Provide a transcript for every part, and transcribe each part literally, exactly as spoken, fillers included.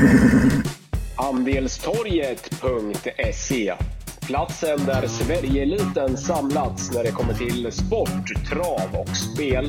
Andelstorget punkt se. Platsen där Sverigeeliten samlats när det kommer till sport, trav och spel.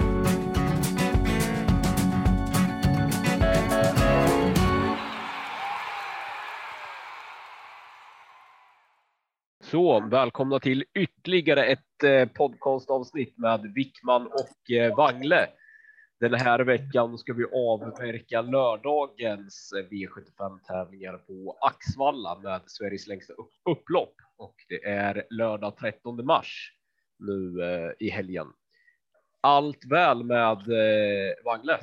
Så, välkomna till ytterligare ett podcastavsnitt med Wickman och Wangle. Den här veckan ska vi avverka lördagens V sjuttiofem-tävlingar på Axvalla med Sveriges längsta upplopp. Och det är lördag trettonde mars nu eh, i helgen. Allt väl med eh, Wangle?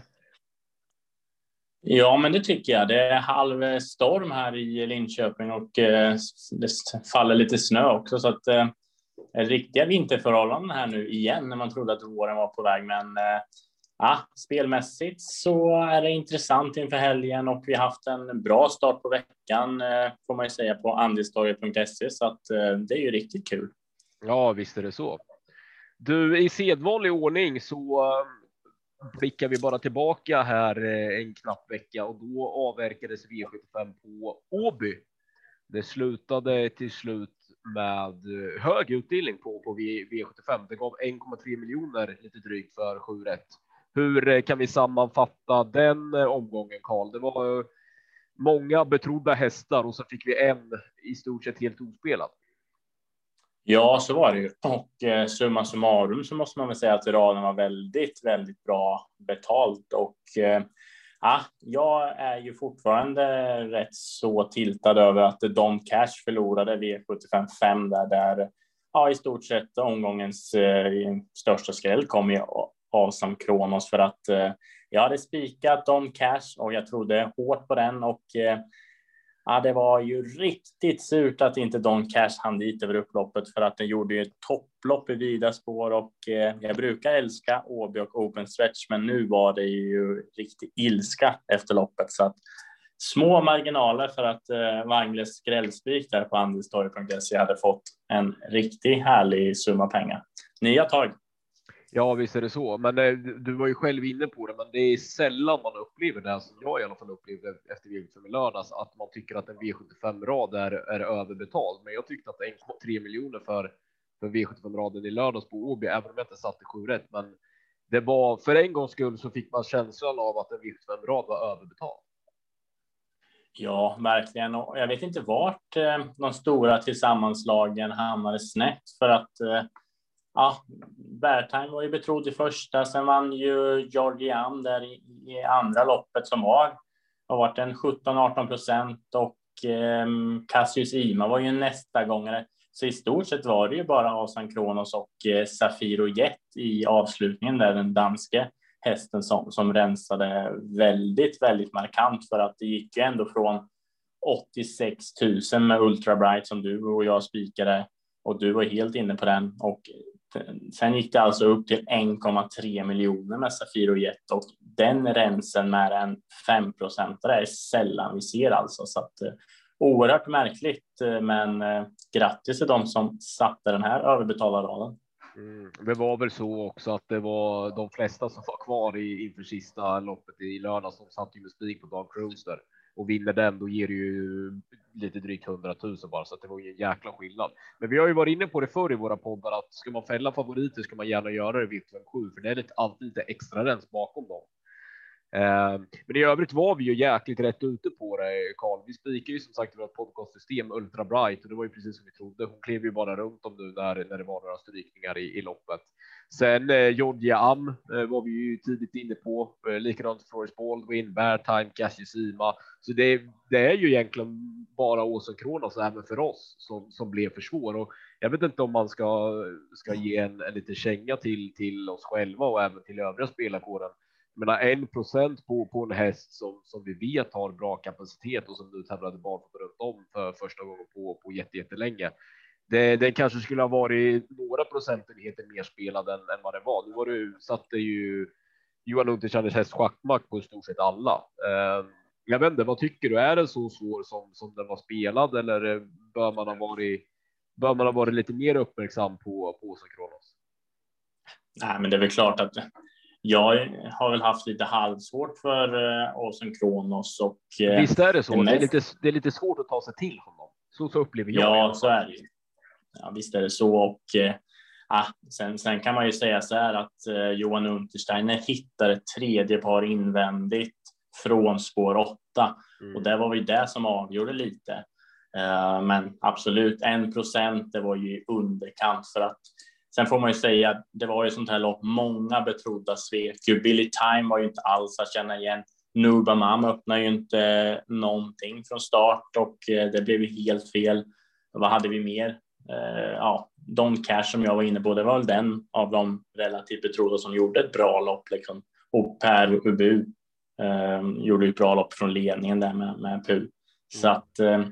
Ja, men det tycker jag. Det är halv storm här i Linköping och eh, det faller lite snö också. Så att eh, riktiga vinterförhållanden här nu igen när man trodde att våren var på väg. Men eh, ja, spelmässigt så är det intressant inför helgen och vi har haft en bra start på veckan eh, får man ju säga på andelstorget punkt se. Så att eh, det är ju riktigt kul. Ja, visst är det så. Du, i sedvanlig ordning så blickar vi bara tillbaka här en knapp vecka och då avverkades V sjuttiofem på Åby. Det slutade till slut med hög utdelning på, på V sjuttiofem. Det gav en komma tre miljoner lite drygt för sju rätt. Hur kan vi sammanfatta den omgången, Karl? Det var många betrodda hästar och så fick vi en i stort sett helt ospelad. Ja, så var det ju. Och eh, summa summarum så måste man väl säga att raden var väldigt, väldigt bra betalt. Och eh, ja, jag är ju fortfarande rätt så tiltad över att Don Cash förlorade V sjuttiofem fem där, där ja, i stort sett omgångens eh, största skräll kom ju Awesome Kronos för att eh, jag hade spikat Don Cash och jag trodde hårt på den och eh, ja, det var ju riktigt surt att inte Don Cash hann dit över upploppet för att den gjorde ju ett topplopp i vida spår och eh, jag brukar älska Åby och Open Stretch men nu var det ju riktigt ilska efter loppet så att små marginaler för att eh, Wangles skrällspik där på andelstorget punkt se hade fått en riktigt härlig summa pengar. Nya tag. Ja, visst är det så. Men eh, du var ju själv inne på det, men det är sällan man upplever det som jag i alla fall upplevde efter V sjuttiofem i lördags, att man tycker att en V sjuttiofem-rad är, är överbetald. Men jag tyckte att en komma tre miljoner för, för V sjuttiofem-raden i lördags på Åby, även om jag inte satte sju rätt. Men det var, för en gångs skull så fick man känslan av att en V sjuttiofem-rad var överbetald. Ja, verkligen. Och jag vet inte vart eh, de stora tillsammanslagen hamnade snett för att eh, ja, Bertheim var ju betrodd i första, sen vann ju Georgian där i, i andra loppet som var har varit en sjutton arton procent och eh, Cassius Ima var ju nästa gångare. Så i stort sett var det ju bara Awesome Kronos och eh, Safiro Jet i avslutningen där den danske hästen som, som rensade väldigt, väldigt markant för att det gick ju ändå från åttiosex tusen med Ultra Bright som du och jag spikade och du var helt inne på den och sen gick det alltså upp till en komma tre miljoner med Safiro Jet och den rensen med en fem procent är sällan vi ser alltså så att eh, oerhört märkligt men eh, grattis till de som satte den här överbetalda raden. Mm, det var väl så också att det var de flesta som var kvar i, inför sista loppet i lördag som satt ju med spik på Dark Cruiser och vinner den då ger det ju lite drygt hundratusen bara så att det var ju en jäkla skillnad. Men vi har ju varit inne på det förr i våra poddar att ska man fälla favoriter ska man gärna göra det vid sju för det är lite, alltid lite extra rens bakom dem. Eh, men i övrigt var vi ju jäkligt rätt ute på det, Carl. Vi spikade ju som sagt vårt podcastsystem Ultra Bright och det var ju precis som vi trodde. Hon klev ju bara runt om nu när, när det var några strykningar i, i loppet. Sen eh, Georgia Am eh, var vi ju tidigt inne på. Eh, likadant Flores Baldwin, Bertheim, Cassius Ima. Så det, det är ju egentligen bara Awesome Kronos även för oss som, som blev för svår. Och jag vet inte om man ska, ska ge en, en liten känga till, till oss själva och även till övriga spelarkåren. Men en procent på, på en häst som, som vi vet har bra kapacitet och som nu tävlade barfota runt om för första gången på, på jätte, jättelänge. Det, det kanske skulle ha varit några procentenheter mer spelad än, än vad det var. Nu var det, satte ju Johan Unterstjerners häst schackmack på i stort sett alla. Uh, jag vet inte, vad tycker du? Är det så svår som, som den var spelad eller bör man ha varit, bör man ha varit lite mer uppmärksam på, på Awesome Kronos? Nej, men det är väl klart att jag har väl haft lite halvsvårt för uh, Olsen Kronos. Och, uh, visst är det så? Det, det, är lite, det är lite svårt att ta sig till honom. Så, så upplever jag. Ja, så är det ju. Ja, visst är det så. Och uh, ah, sen, sen kan man ju säga så här att uh, Johan Untersteiner hittar ett tredje par invändigt från spår åtta. Mm. Och det var ju det som avgjorde lite. Uh, men absolut, en procent, det var ju underkant för att sen får man ju säga att det var ju sånt här lopp, många betrodda svek. Billy Time var ju inte alls att känna igen. Nubamam öppnar ju inte någonting från start och det blev ju helt fel. Vad hade vi mer? Uh, ja, Don Cash som jag var inne på, det var väl den av de relativt betrodda som gjorde ett bra lopp. Liksom. Och Per Ubu uh, gjorde ett bra lopp från ledningen där med, med Pu. Mm. Så att... Uh,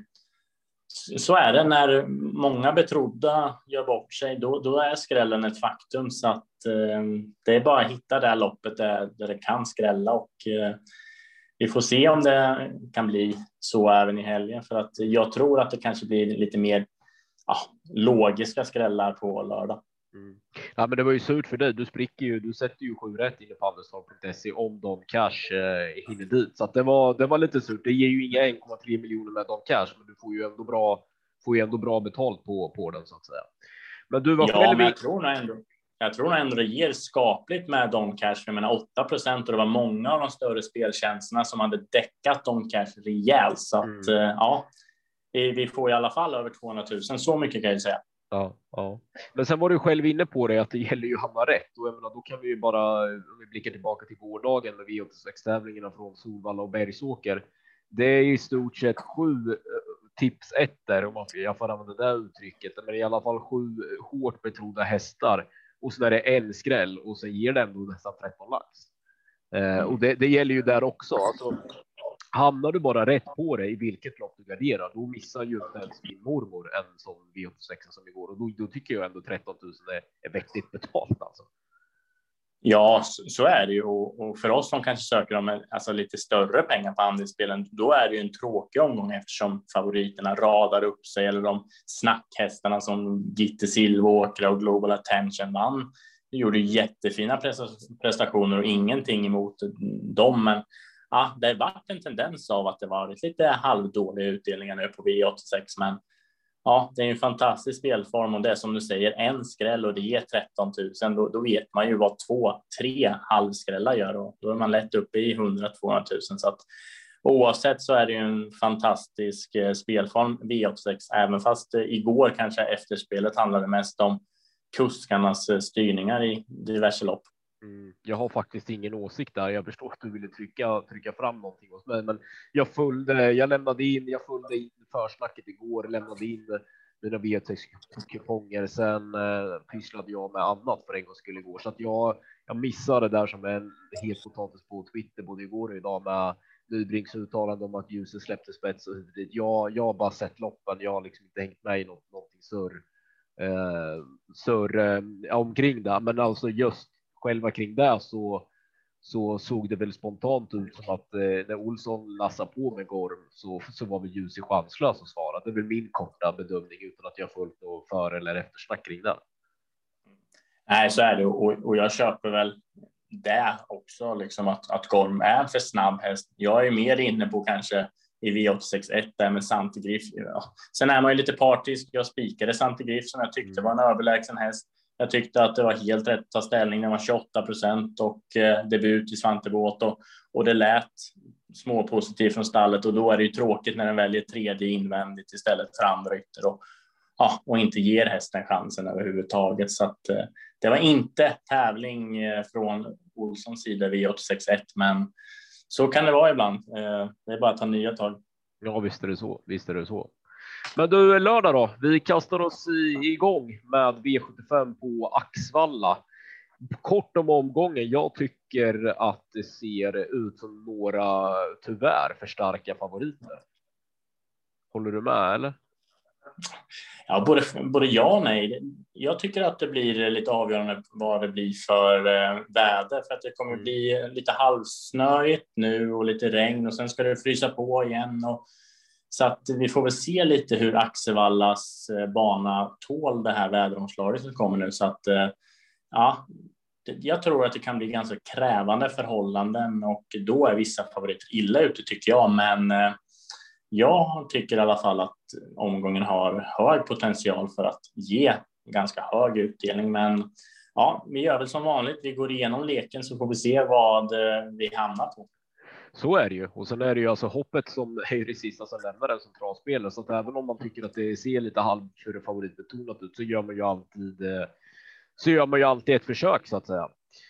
Så är det när många betrodda gör bort sig, då, då är skrällen ett faktum. Så att eh, det är bara att hitta det här loppet där, där det kan skrälla och eh, vi får se om det kan bli så även i helgen. För att jag tror att det kanske blir lite mer ja, logiska skrällar på lördag. Mm. Ja, men det var ju surt för dig. Du spricker ju, du sätter ju sju rätt inne på Anderstorp punkt se om Don Cash eh, hinner dit. Så att det var, det var lite surt. Det ger ju inga en komma tre miljoner med Don Cash, men du får ju ändå bra, får ju ändå bra betalt på, på den så att säga. Men du var ja, själv... men jag tror nog ändå, jag tror nog ändå det ger skapligt med Don Cash. Jag menar åtta procent och det var många av de större speltjänsterna som hade däckat Don Cash rejält. Så att mm. eh, ja, vi, vi får i alla fall över tvåhundratusen. Så mycket kan jag säga. Ja, ja. Men sen var du själv inne på det att det gäller ju att hamna rätt. Och jag menar, då kan vi ju bara, om vi blickar tillbaka till gårdagen med V åttiosex-tävlingarna från Solvalla och Bergsåker. Det är i stort sett sju tips ettor, om man jag får använda det uttrycket. Men i alla fall sju hårt betrodda hästar. Och så är det en skräll och sen ger det ändå nästan tretton lax. Eh, och det, det gäller ju där också. Alltså, hamnar du bara rätt på det i vilket lopp du garderar, då missar ju inte ens min mormor en sån V åttiosex som igår. Och då, då tycker jag ändå tretton tusen är, är vettigt betalt alltså. Ja, så, så är det ju. Och, och för oss som kanske söker om alltså, lite större pengar på andelsspelen, då är det ju en tråkig omgång eftersom favoriterna radar upp sig. Eller de snackhästarna som Gitte Silvåkra och Global Attention vann. Det gjorde jättefina prestationer och ingenting emot dem, men ja, det har varit en tendens av att det varit lite halvdåliga utdelningar nu på V åttiosex, men ja, det är en fantastisk spelform och det är som du säger, en skräll och det ger tretton tusen, då, då vet man ju vad två, tre halvskrällar gör och då är man lätt uppe i hundra till tvåhundra tusen. Så att oavsett så är det ju en fantastisk spelform V åttiosex, även fast igår kanske efterspelet handlade mest om kuskarnas styrningar i diverse lopp. Mm, jag har faktiskt ingen åsikt där. Jag förstår att du ville trycka, trycka fram någonting hos mig, men jag följde, jag lämnade in, jag följde in försnacket igår, lämnade in mina V åttiosex-kuponger, sen eh, pysslade jag med annat för en gång skulle igår, så att jag, jag missade det där som en het potatis på Twitter både igår och idag med Nybrings uttalande om att ljuset släppte spets och hit. Jag, jag har bara sett loppen, jag har liksom inte hängt med i något, någonting större, eh, större eh, omkring det, men alltså just själva kring det så, så såg det väl spontant ut som att eh, när Olsson lassade på med Gorm så, så var vi ljus i chanslös att svara. Det är väl min korta bedömning utan att jag följt något för eller eftersnack kring det. Nej, så är det och, och jag köper väl det också, liksom att, att Gorm är för snabb häst. Jag är mer inne på kanske i V åttiosex ett där med Santigriff. Ja. Sen är man ju lite partisk. Jag spikade Santigriff som jag tyckte var en överlägsen häst. Jag tyckte att det var helt rätt att ta ställning. Det var tjugoåtta procent och eh, debut i Svantebåt och, och det lät små positivt från stallet och då är det ju tråkigt när den väljer tredje invändigt istället för andra ytter och, ja, och inte ger hästen chansen överhuvudtaget. Så att eh, det var inte tävling eh, från Olssons sida vid åttiosex ett, men så kan det vara ibland. Eh, det är bara att ta nya tag. Ja, visst är det så. Visst är det så. Men du, lördag då. Vi kastar oss i, igång med V sjuttiofem på Axvalla. Kort om omgången. Jag tycker att det ser ut som några tyvärr för starka favoriter. Håller du med eller? Ja, både, både ja och nej. Jag tycker att det blir lite avgörande vad det blir för eh, väder. För att det kommer bli lite halvsnöigt nu och lite regn och sen ska det frysa på igen. Och, så att vi får väl se lite hur Axevallas eh, bana tål det här väderomslaget som kommer nu. Så att eh, ja, jag tror att det kan bli ganska krävande förhållanden och då är vissa favoriter illa ute tycker jag. Men eh, jag tycker i alla fall att omgången har hög potential för att ge ganska hög utdelning. Men ja, vi gör väl som vanligt. Vi går igenom leken så får vi se vad eh, vi hamnar på. Så är det ju. Och sen är det ju alltså hoppet som är det sista som lämnar en centralspelare. Så att även om man tycker att det ser lite halvför favoritbetonat ut så gör man ju alltid så gör man ju alltid ett försök så att säga.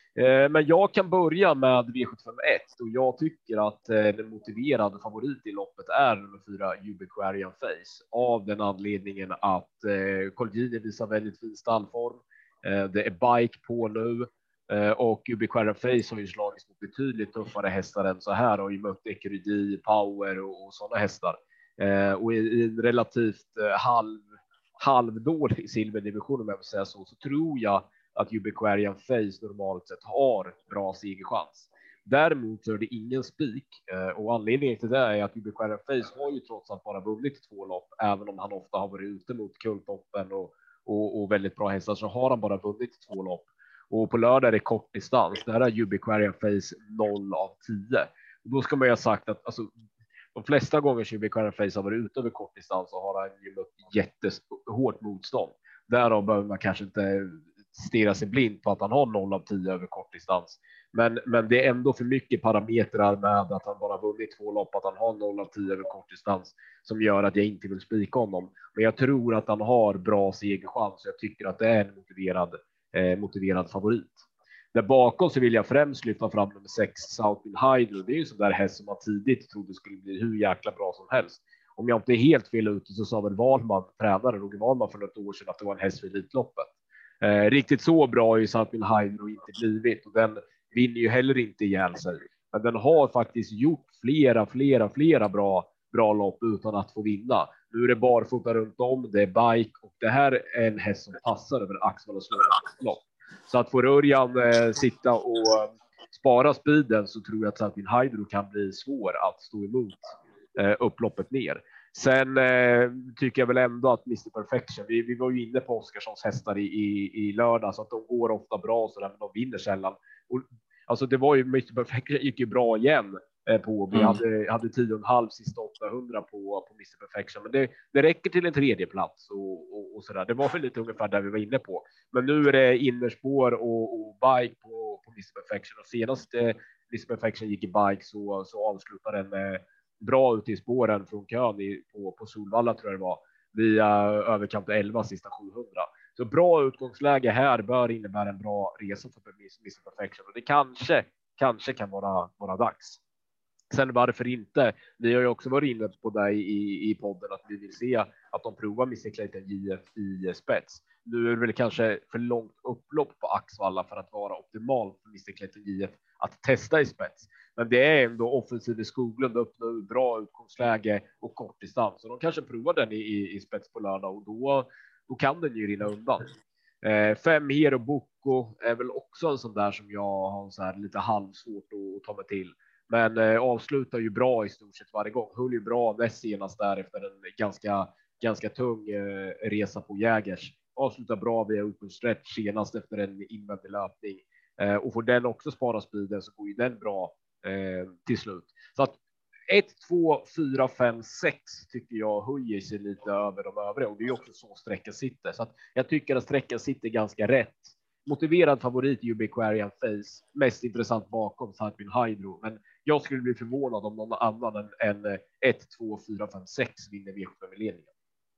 Men jag kan börja med V sjuttiofem ett och jag tycker att den motiverade favorit i loppet är nummer fyra Ubiquarian Face av den anledningen att Colgjini visar väldigt fin stallform. Det är bike på nu. Och Ubiquarian Face har ju slagits mot betydligt tuffare hästar än så här och ju mött Ecuridi, Power och, och sådana hästar. Eh, och i, i en relativt eh, halv, halvdålig silverdivision om jag vill säga så, så tror jag att Ubiquarian Face normalt sett har bra segerchans. Däremot så är det ingen spik eh, och anledningen till det är att Ubiquarian Face har ju trots allt bara vunnit två lopp, även om han ofta har varit ute mot Kultoppen och, och, och väldigt bra hästar så har han bara vunnit två lopp. Och på lördag är det kort distans. Det här är Ubiquarian Face noll av tio. Och då ska man ju ha sagt att alltså, de flesta gånger som Ubiquarian Face har varit ute över kort distans så har han ju mött jättehårt motstånd. Därav behöver man kanske inte stirra sig blind på att han har noll av tio över kort distans. Men, men det är ändå för mycket parametrar med att han bara vunnit två lopp, att han har noll av tio över kort distans som gör att jag inte vill spika honom. Men jag tror att han har bra segerchans. Jag tycker att det är en motiverad Eh, motiverad favorit. Där bakom så vill jag främst lyfta fram nummer sex Southwind Hydro. Det är ju sån där häst som man tidigt trodde skulle bli hur jäkla bra som helst. Om jag inte är helt fel ute så sa väl Wahlman, tränare Roger Wahlman för något år sedan att det var en häst för Elitloppet. Eh, riktigt så bra är ju Southwind Hydro inte blivit och den vinner ju heller inte ihjäl sig. Men den har faktiskt gjort flera, flera, flera bra bra lopp utan att få vinna. Nu är det barfota runt om, det är bike och det här är en häst som passar över Axvall och lopp. Så att får Örjan eh, sitta och eh, spara speeden så tror jag att Southwind Hydro kan bli svår att stå emot eh, upploppet ner. Sen eh, tycker jag väl ändå att mister Perfection, vi, vi var ju inne på Oskarssons hästar i, i, i lördag så att de går ofta bra så där, men de vinner sällan. Och, alltså det var ju mister Perfection gick ju bra igen. På. Vi mm. hade, hade tio och en halv sista åttahundra på, på mister Perfection. Men det, det räcker till en tredje plats och, och, och sådär. Det var väl lite ungefär där vi var inne på. Men nu är det innerspår och, och bike på, på mister Perfection. Och senast eh, mister Perfection gick i bike så, så avslutar den eh, bra ut i spåren från kön i, på, på Solvalla tror jag det var. Via överkant elva sista sjuhundra. Så bra utgångsläge här bör innebära en bra resa för mister Perfection. Och det kanske, kanske kan vara, vara dags. Sen varför inte? Vi har ju också varit inne på det i, i podden att vi vill se att de provar mister Clayton J F i spets. Nu är det väl kanske för långt upplopp på Axvalla för att vara optimalt för mister Clayton J F att testa i spets. Men det är ändå offensiv i Skoglund, öppnar bra utgångsläge och kort distans. Så de kanske provar den i, i, i spets på lördag och då, då kan den ju rinna undan. Eh, fem Hero Boko är väl också en sån där som jag har så här lite halvsvårt att, att ta mig till. Men eh, avslutar ju bra i stort sett varje gång. Höll ju bra näst senast där efter en ganska, ganska tung eh, resa på Jägers. Avslutar bra via open stretch senast efter en invändig löpning. Eh, och får den också spara speeden så går ju den bra eh, till slut. Så att ett, två, fyra, fem, sex tycker jag höjer sig lite över de övriga. Och det är ju också så sträckan sitter. Så att jag tycker att sträckan sitter ganska rätt. Motiverad favorit Ubiquarian Face. Mest intressant bakom Southwind Hydro. Men jag skulle bli förvånad om någon annan än, än ett, två, fyra, fem, sex vinner V sjuttiofem i ledningen.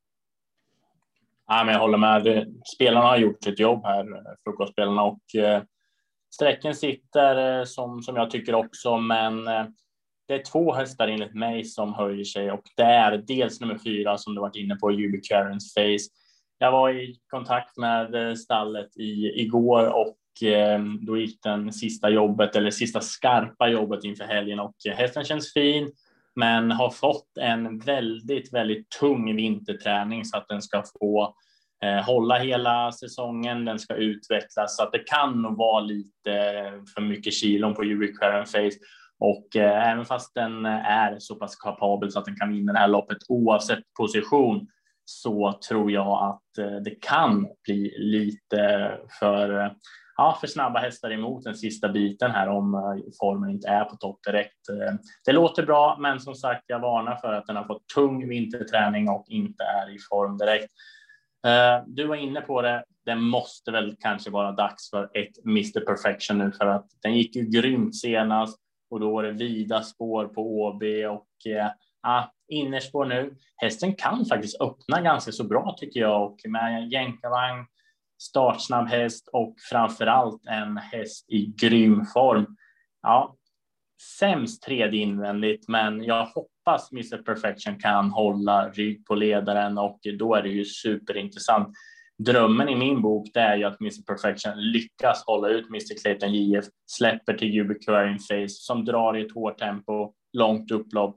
Ja, men jag håller med. Spelarna har gjort sitt jobb här, frukostspelarna. Och eh, sträcken sitter eh, som, som jag tycker också. Men eh, det är två hästar enligt mig som höjer sig. Och det är dels nummer fyra som du varit inne på, Ubiquarian Face. Jag var i kontakt med stallet i, igår och eh, då gick den sista jobbet eller sista skarpa jobbet inför helgen och hästen känns fin men har fått en väldigt, väldigt tung vinterträning så att den ska få eh, hålla hela säsongen, den ska utvecklas så att det kan nog vara lite för mycket kilon på Ubiquarian Face och eh, även fast den är så pass kapabel så att den kan vinna det här loppet oavsett position så tror jag att det kan bli lite för ja, för snabba hästar emot den sista biten här om formen inte är på topp direkt. Det låter bra, men som sagt, jag varnar för att den har fått tung vinterträning och inte är i form direkt. Du var inne på det. Det måste väl kanske vara dags för ett mister Perfection nu, för att den gick ju grymt senast och då var det vida spår på Å B och ja, innerspår nu. Hästen kan faktiskt öppna ganska så bra tycker jag, och med jänkarvagn, startsnabb häst och framförallt en häst i grym form. Ja, sämst tredje invändigt, men jag hoppas mister Perfection kan hålla rygg på ledaren och då är det ju superintressant. Drömmen i min bok, det är ju att mister Perfection lyckas hålla ut mister Clayton J F, släpper till Ubiquarian Face som drar i ett hårt tempo, långt upplopp.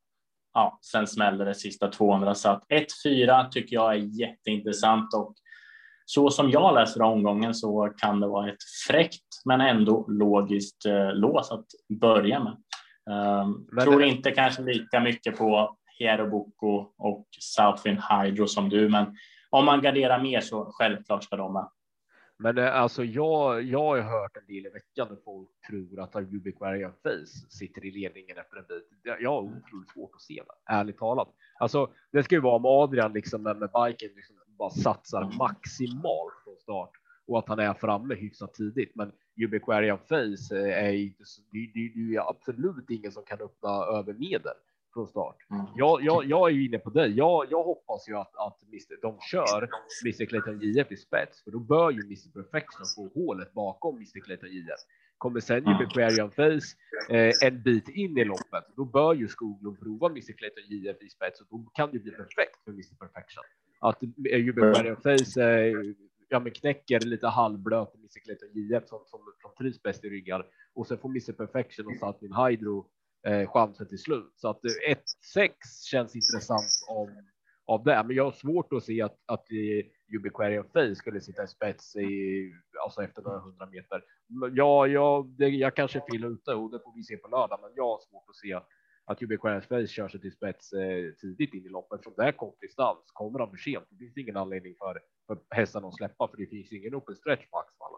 Ja, sen smäller det sista tvåhundra, så att ett fyra tycker jag är jätteintressant, och så som jag läser omgången så kan det vara ett fräckt men ändå logiskt eh, lås att börja med. Um, men tror det... inte kanske lika mycket på Hierro Bocco och Southwind Hydro som du, men om man garderar mer så självklart ska de med. Men alltså jag, jag har hört en del i veckan när folk tror att Ubiquarian Face sitter i ledningen efter en bit. Jag har otroligt svårt att se det, ärligt talat. Alltså det ska ju vara om Adrian liksom med, med biken liksom bara satsar maximalt från start och att han är framme hyfsat tidigt. Men Ubiquarian Face är inte så, det, det, det är absolut ingen som kan öppna över medel från start. Mm. Jag, jag, jag är ju inne på det. Jag, jag hoppas ju att, att mister, de kör mister Clayton J F i spets, för då bör ju mister Perfection få hålet bakom mister Clayton J F. Kommer sen ju Ubiquarian Face eh, en bit in i loppet, då bör ju Skoglund prova mister Clayton J F i spets och då kan det bli perfekt för mister Perfection. Att Ubiquarian Face eh, ja, men knäcker lite halvblöt mister Clayton J F som, som, som trivs bäst i ryggar, och sen får mister Perfection och Southwind Hydro Eh, chansen till slut. Så att ett sex känns intressant om, av det. Men jag har svårt att se att, att Ubiquarian Face skulle sitta i spets i, alltså efter några hundra meter. Ja, ja det, jag kanske är fel ute och det får vi se på lördag, men jag har svårt att se att Ubiquarian Face kör sig till spets eh, tidigt in i loppet. Från där kort distans kommer han för sent. Det finns ingen anledning för, för hästarna att släppa, för det finns ingen open stretch på Axvalla.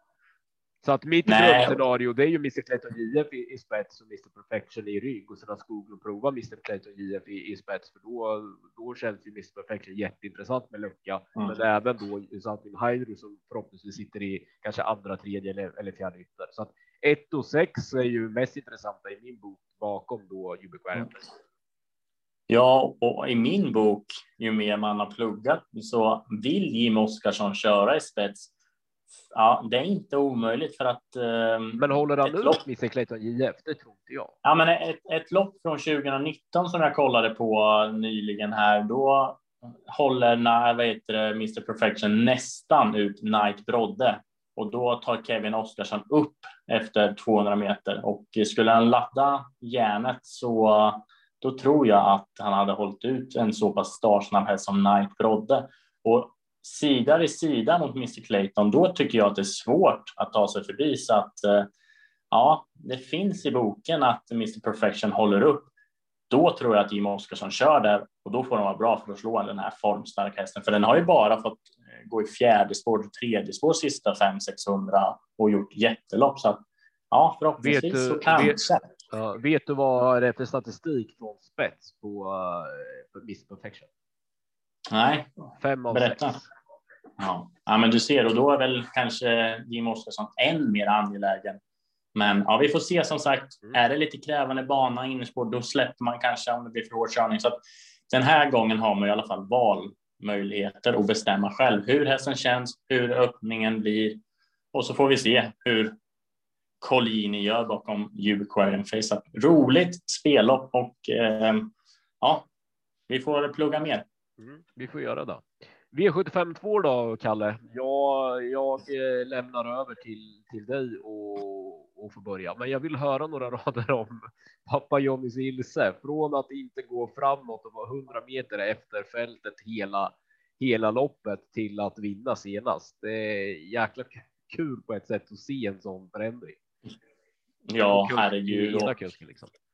Så att mitt drömscenario, det är ju mister Clayton J F i, i spets och mister Perfection i rygg, och sedan Skoglund prova mister Clayton J F i, i spets, för då, då känns ju mister Perfection jätteintressant med lucka. Mm. Men även då Southwind Hydro som förhoppningsvis sitter i kanske andra, tredje eller, eller fjärde ytter. Så att ett och sex är ju mest intressanta i min bok bakom då Ubiquarian. Mm. Ja, och i min bok, ju mer man har pluggat, så vill Jim Oscarsson köra i spets. Ja, det är inte omöjligt för att... Eh, men håller han upp lopp... mister Clayton J F? Det tror inte jag. Ja, men ett, ett lopp från tjugonitton som jag kollade på nyligen här, då håller när, vad heter det, mister Perfection nästan ut Knight Brodde. Och då tar Kevin Oscarsson upp efter tvåhundra meter. Och skulle han ladda järnet så då tror jag att han hade hållit ut en så pass startsnabb häst som Knight Brodde. Och sida vid sida mot mister Clayton, då tycker jag att det är svårt att ta sig förbi. Så att ja, det finns i boken att mister Perfection håller upp. Då tror jag att Jim Oscarsson kör där, och då får de vara bra för att slå den här formstarka hästen. För den har ju bara fått gå i fjärde spår och tredje spår sista fem sexhundra och gjort jättelopp. Så att, ja, förhoppningsvis vet du, så kanske. Vet, uh, vet du vad det är för statistik från spets på, uh, på mister Perfection? Nej, Fem av berätta. sex. Ja. Ja, men du ser, och då är väl kanske Jim Oscarsson än mer angelägen. Men ja, vi får se som sagt. Mm. Är det lite krävande bana innerspår, då släpper man kanske om det blir för hård körning. Så att den här gången har man i alla fall valmöjligheter att bestämma själv hur hästen känns, hur öppningen blir. Och så får vi se hur Collini gör bakom Ubiquarian Face. Roligt spellopp och eh, ja, vi får plugga mer. Mm, vi får göra det. V sjuttiofem två då, Kalle. Jag, jag eh, lämnar över till, till dig och, och får börja. Men jag vill höra några rader om pappa Johnnys Ilse. Från att inte gå framåt och vara hundra meter efter fältet hela, hela loppet till att vinna senast. Det är jäkla kul på ett sätt att se en sån förändring. Ja, herregud. Kusken, liksom.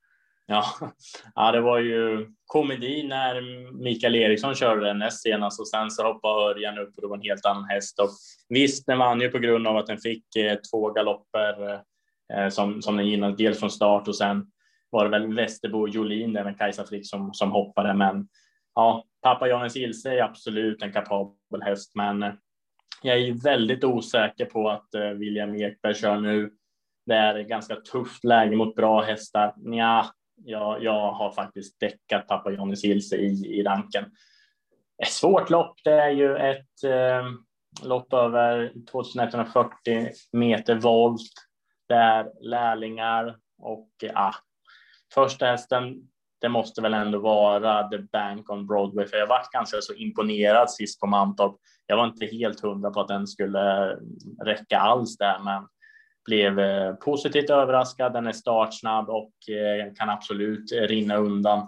Ja, ja, det var ju komedi när Mikael Eriksson körde den näst senast och sen så hoppade Örjan upp och det var en helt annan häst. Och visst, den vann ju på grund av att den fick eh, två galopper eh, som, som den gynnade dels från start och sen var det väl Västerbo och Jolin där med Kajsa Frick som, som hoppade. Men ja, pappa Johannes Ilse är absolut en kapabel häst, men eh, jag är ju väldigt osäker på att eh, William Ekberg kör nu. Det är ett ganska tufft läge mot bra hästar. Ja, jag, jag har faktiskt däckat pappa Johannes Ilse i, i ranken. Ett svårt lopp, det är ju ett eh, lopp över tjugoett fyrtio meter volt. Det är lärlingar och ja, första hästen, det måste väl ändå vara The Bank on Broadway, för jag var ganska så imponerad sist på Mantorp. Jag var inte helt hundra på att den skulle räcka alls där, men blev positivt överraskad. Den är startsnabb och kan absolut rinna undan.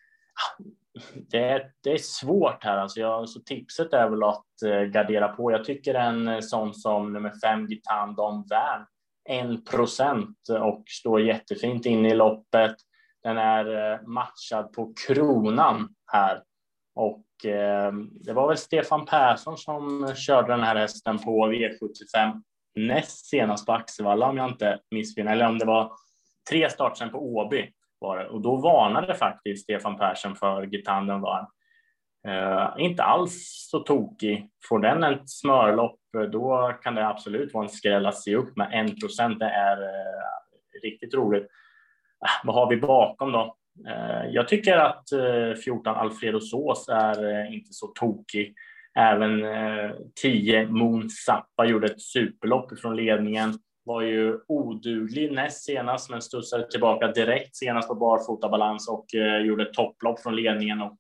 Det är, det är svårt här. Alltså jag, så tipset är väl att gardera på. Jag tycker en sån som nummer fem, Gitan Don Värn, en procent och står jättefint inne i loppet. Den är matchad på kronan här. Och eh, det var väl Stefan Persson som körde den här hästen på V sjuttiofem näst senast på Axevalla, om jag inte missminner, eller om det var tre start sen på Åby var det. Och då varnade faktiskt Stefan Persson för Gitanden var uh, inte alls så tokig. Får den ett smörlopp, då kan det absolut vara en skräll att se upp med. En procent, det är uh, riktigt roligt. Uh, vad har vi bakom då? Uh, jag tycker att uh, fjorton Alfredo Sås är uh, inte så tokig. Även eh, tio Moon Zappa gjorde ett superlopp från ledningen. Var ju oduglig näst senast, men studsade tillbaka direkt senast på barfotabalans och eh, gjorde ett topplopp från ledningen och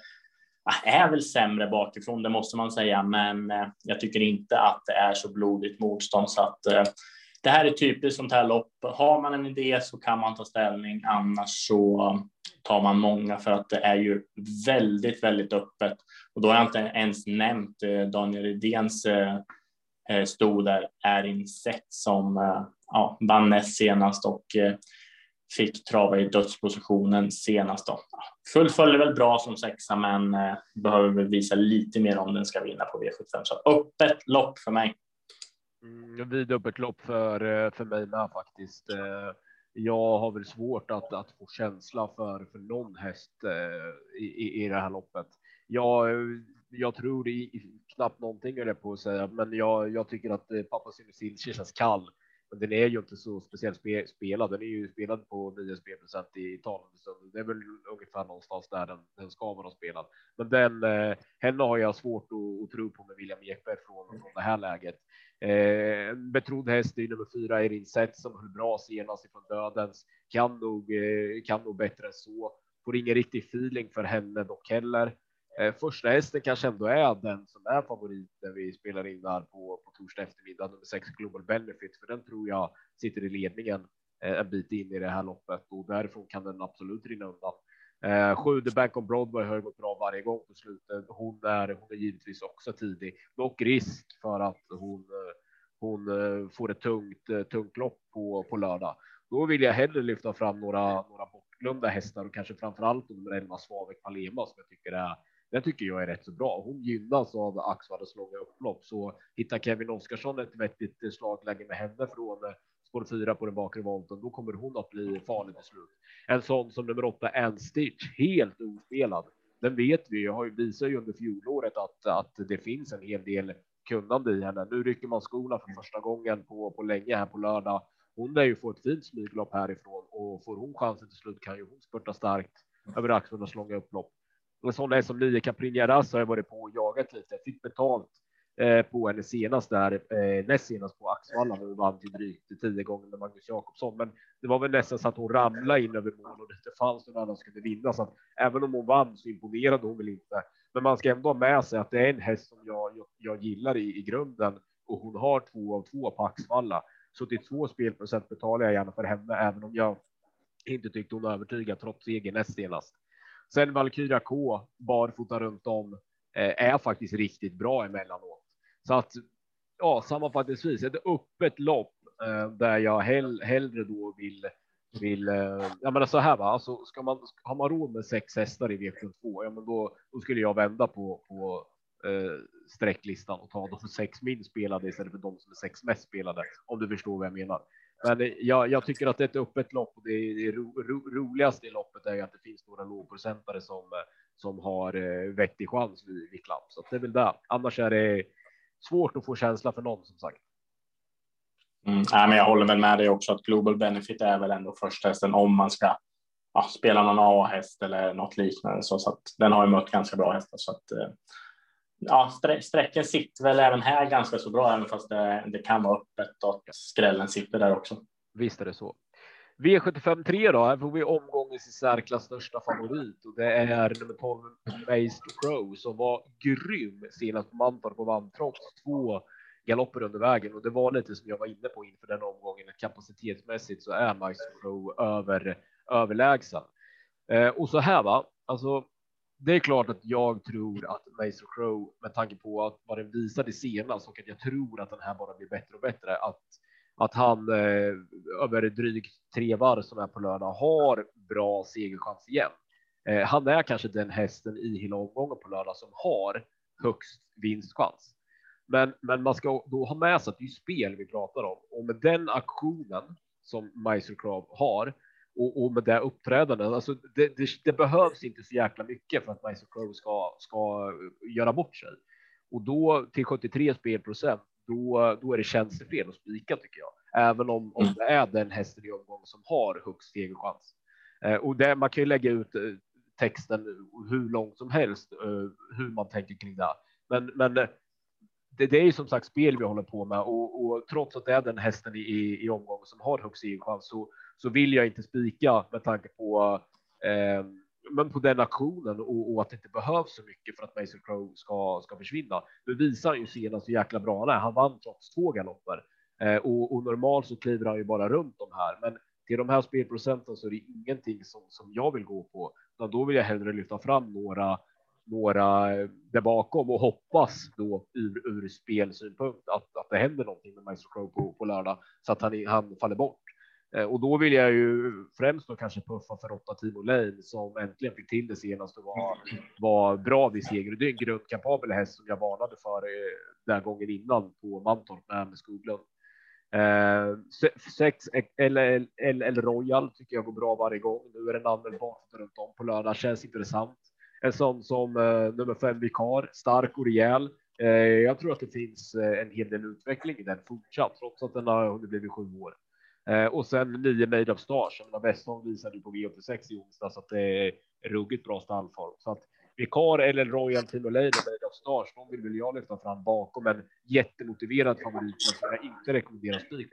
eh, är väl sämre bakifrån, det måste man säga. Men eh, jag tycker inte att det är så blodigt motstånd, så att eh, det här är typiskt sånt här lopp. Har man en idé så kan man ta ställning, annars så tar man många, för att det är ju väldigt, väldigt öppet. Och då har jag inte ens nämnt eh, Daniel Rydéns eh, stod där, är insett som eh, ja, vann näst senast och eh, fick trava i dödspositionen senast då. Fullföljer väl bra som sexa, men eh, behöver väl visa lite mer om den ska vinna på V sjuttiofem. Så öppet lopp för mig. Mm, vid öppet lopp för, för mig med faktiskt. Jag har väl svårt att, att få känsla för, för någon häst i, i, i det här loppet. Jag, jag tror det är knappt någonting är det på att säga, men jag, jag tycker att Pappa Synesil känns kall. Men den är ju inte så speciellt spe, spelad. Den är ju spelad på nio spelprocent i talande stund. Det är väl ungefär någonstans där den, den ska vara spelad. Men den, eh, henne har jag svårt att, att tro på med William Ekberg från, från det här läget. Eh, betrodd häst i nummer fyra, Erin Sett, som höll bra senast ifrån Dödens. Kan nog, eh, kan nog bättre än så. Får ingen riktig feeling för henne dock heller. Eh, första hästen kanske ändå är den som är favorit när vi spelar in där på, på torsdag eftermiddag, nummer sex Global Benefit, för den tror jag sitter i ledningen eh, en bit in i det här loppet och därifrån kan den absolut rinna undan. Eh, sju The Bank on Broadway har gått bra varje gång på slutet. Hon är, hon är givetvis också tidig, dock risk för att hon, hon eh, får ett tungt, eh, tungt lopp på, på lördag. Då vill jag hellre lyfta fram några, några bortglömda hästar och kanske framförallt nummer elva Svavek Palema, som jag tycker är Den tycker jag är rätt så bra. Hon gynnas av Axvallas långa upplopp. Så hittar Kevin Oskarsson ett vettigt slagläge med henne från spår fyra på den bakre volten, då kommer hon att bli farlig till slut. En sån som nummer åtta, en Stitch, helt ospelad. Den vet vi, jag har ju visat ju under fjolåret att, att det finns en hel del kunnande i henne. Nu rycker man skorna för första gången på, på länge här på lördag. Hon lär ju få ett fint smyglopp härifrån och får hon chansen till slut kan ju hon spurta starkt över Axvallas långa upplopp. Och sådana som nio Caprinjaras har jag varit på och jagat lite. Jag fick betalt eh, på henne senast där, eh, näst senast på Axvalla när vi vann till drygt tio gånger med Magnus Jakobsson. Men det var väl nästan så att hon ramlade in över mål och det fanns någon annan som skulle vinna. Så att även om hon vann så imponerade hon väl inte. Men man ska ändå ha med sig att det är en häst som jag, jag, jag gillar i, i grunden. Och hon har två av två på Axvalla. Så till två spelprocent betalar jag gärna för henne, även om jag inte tyckte hon övertygade trots egen näst senast. Sen Valkyria K, barfota runt om, eh, är faktiskt riktigt bra emellanåt. Så att, ja, sammanfattningsvis ett öppet lopp eh, där jag hell, hellre då vill vill eh, ja men så här va, alltså ska man har man råd med sex hästar i V sjuttiotvå, ja men då, då skulle jag vända på på eh, sträcklistan och ta dem för sex minst spelade istället för de som är sex mest spelade, om du förstår vad jag menar. Men eh, jag, jag tycker att det är ett öppet lopp och det, det ro, ro, roligaste i loppet är att det finns några lågprocentare som som har eh, vettig chans vid, vid klapp, så det är väl det. Annars är det svårt att få känsla för någon, som sagt. Mm, nej, men jag håller väl med dig också att Global Benefit är väl ändå första hästen om man ska ja, spela någon A-häst eller något liknande, så, så att den har ju mött ganska bra hästar, så att eh, ja, sträcken sitter väl även här ganska så bra, även fast det, det kan vara öppet och skrällen sitter där också. Visst är det så. V sjuttiofem tre då, här får vi omgångens i särklass största favorit och det är nummer tolv Maestro Crow som var grym senast på Mantorp och vann trots två galopper under vägen, och det var lite som jag var inne på inför den omgången, att kapacitetsmässigt så är Maestro Crow över, överlägsen. Eh, och så här va, alltså det är klart att jag tror att Maestro Crow, med tanke på att vad den visade senast och att jag tror att den här bara blir bättre och bättre, att att han eh, över drygt tre varv som är på lördag har bra segerchans igen. Eh, han är kanske den hästen i hela omgången på lördag som har högst vinstchans. Men, men man ska då ha med sig att det är spel vi pratar om. Och med den aktionen som Maestro Crow har och, och med det uppträdandet, alltså det, det, det behövs inte så jäkla mycket för att Maestro Crow ska, ska göra bort sig. Och då till sjuttiotre spelprocent, Då, då är det tjänstefel att spika, tycker jag. Även om, om det är den hästen i omgång som har högst segerchans. Eh, och det, man kan ju lägga ut eh, texten hur långt som helst, eh, hur man tänker kring det. Men, men eh, det, det är ju som sagt spel vi håller på med. Och, och trots att det är den hästen i, i, i omgång som har högst segerchans, så, så vill jag inte spika med tanke på eh, men på den aktionen och, och att det inte behövs så mycket för att Maestro Crow ska, ska försvinna. Det visar ju senast hur jäkla bra han är. Han vann trots två galopper. Eh, och, och normalt så kliver han ju bara runt de här. Men till de här spelprocenten så är det ingenting som, som jag vill gå på. Utan då vill jag hellre lyfta fram några, några där bakom och hoppas då ur, ur spelsynpunkt att, att det händer någonting med Maestro Crow på, på lördag så att han, han faller bort. Och då vill jag ju främst då kanske puffa för åtta Timo Lane som äntligen fick till det senast och var, var bra vid seger. Det är en grundkapabel häst som jag varnade för den gången innan på Mantorp med Skoglund. Eh, sex eller, eller, eller Royal tycker jag går bra varje gång. Nu är den användbar runt om på lördag, känns intressant. En sån som eh, nummer fem Vikar, stark och rejäl. Eh, jag tror att det finns eh, en hel del utveckling i den fortsatt, trots att den har blivit sju år. Eh, och sen nio Made of Stars som Westholm visade på V åttiosex i onsdag, så att det är ruggigt bra stallform. Så att Vikar eller Royal Team Lane och Made of Stars, de vill väl jag lyfta fram bakom en jättemotiverad favorit som jag inte rekommenderar spik.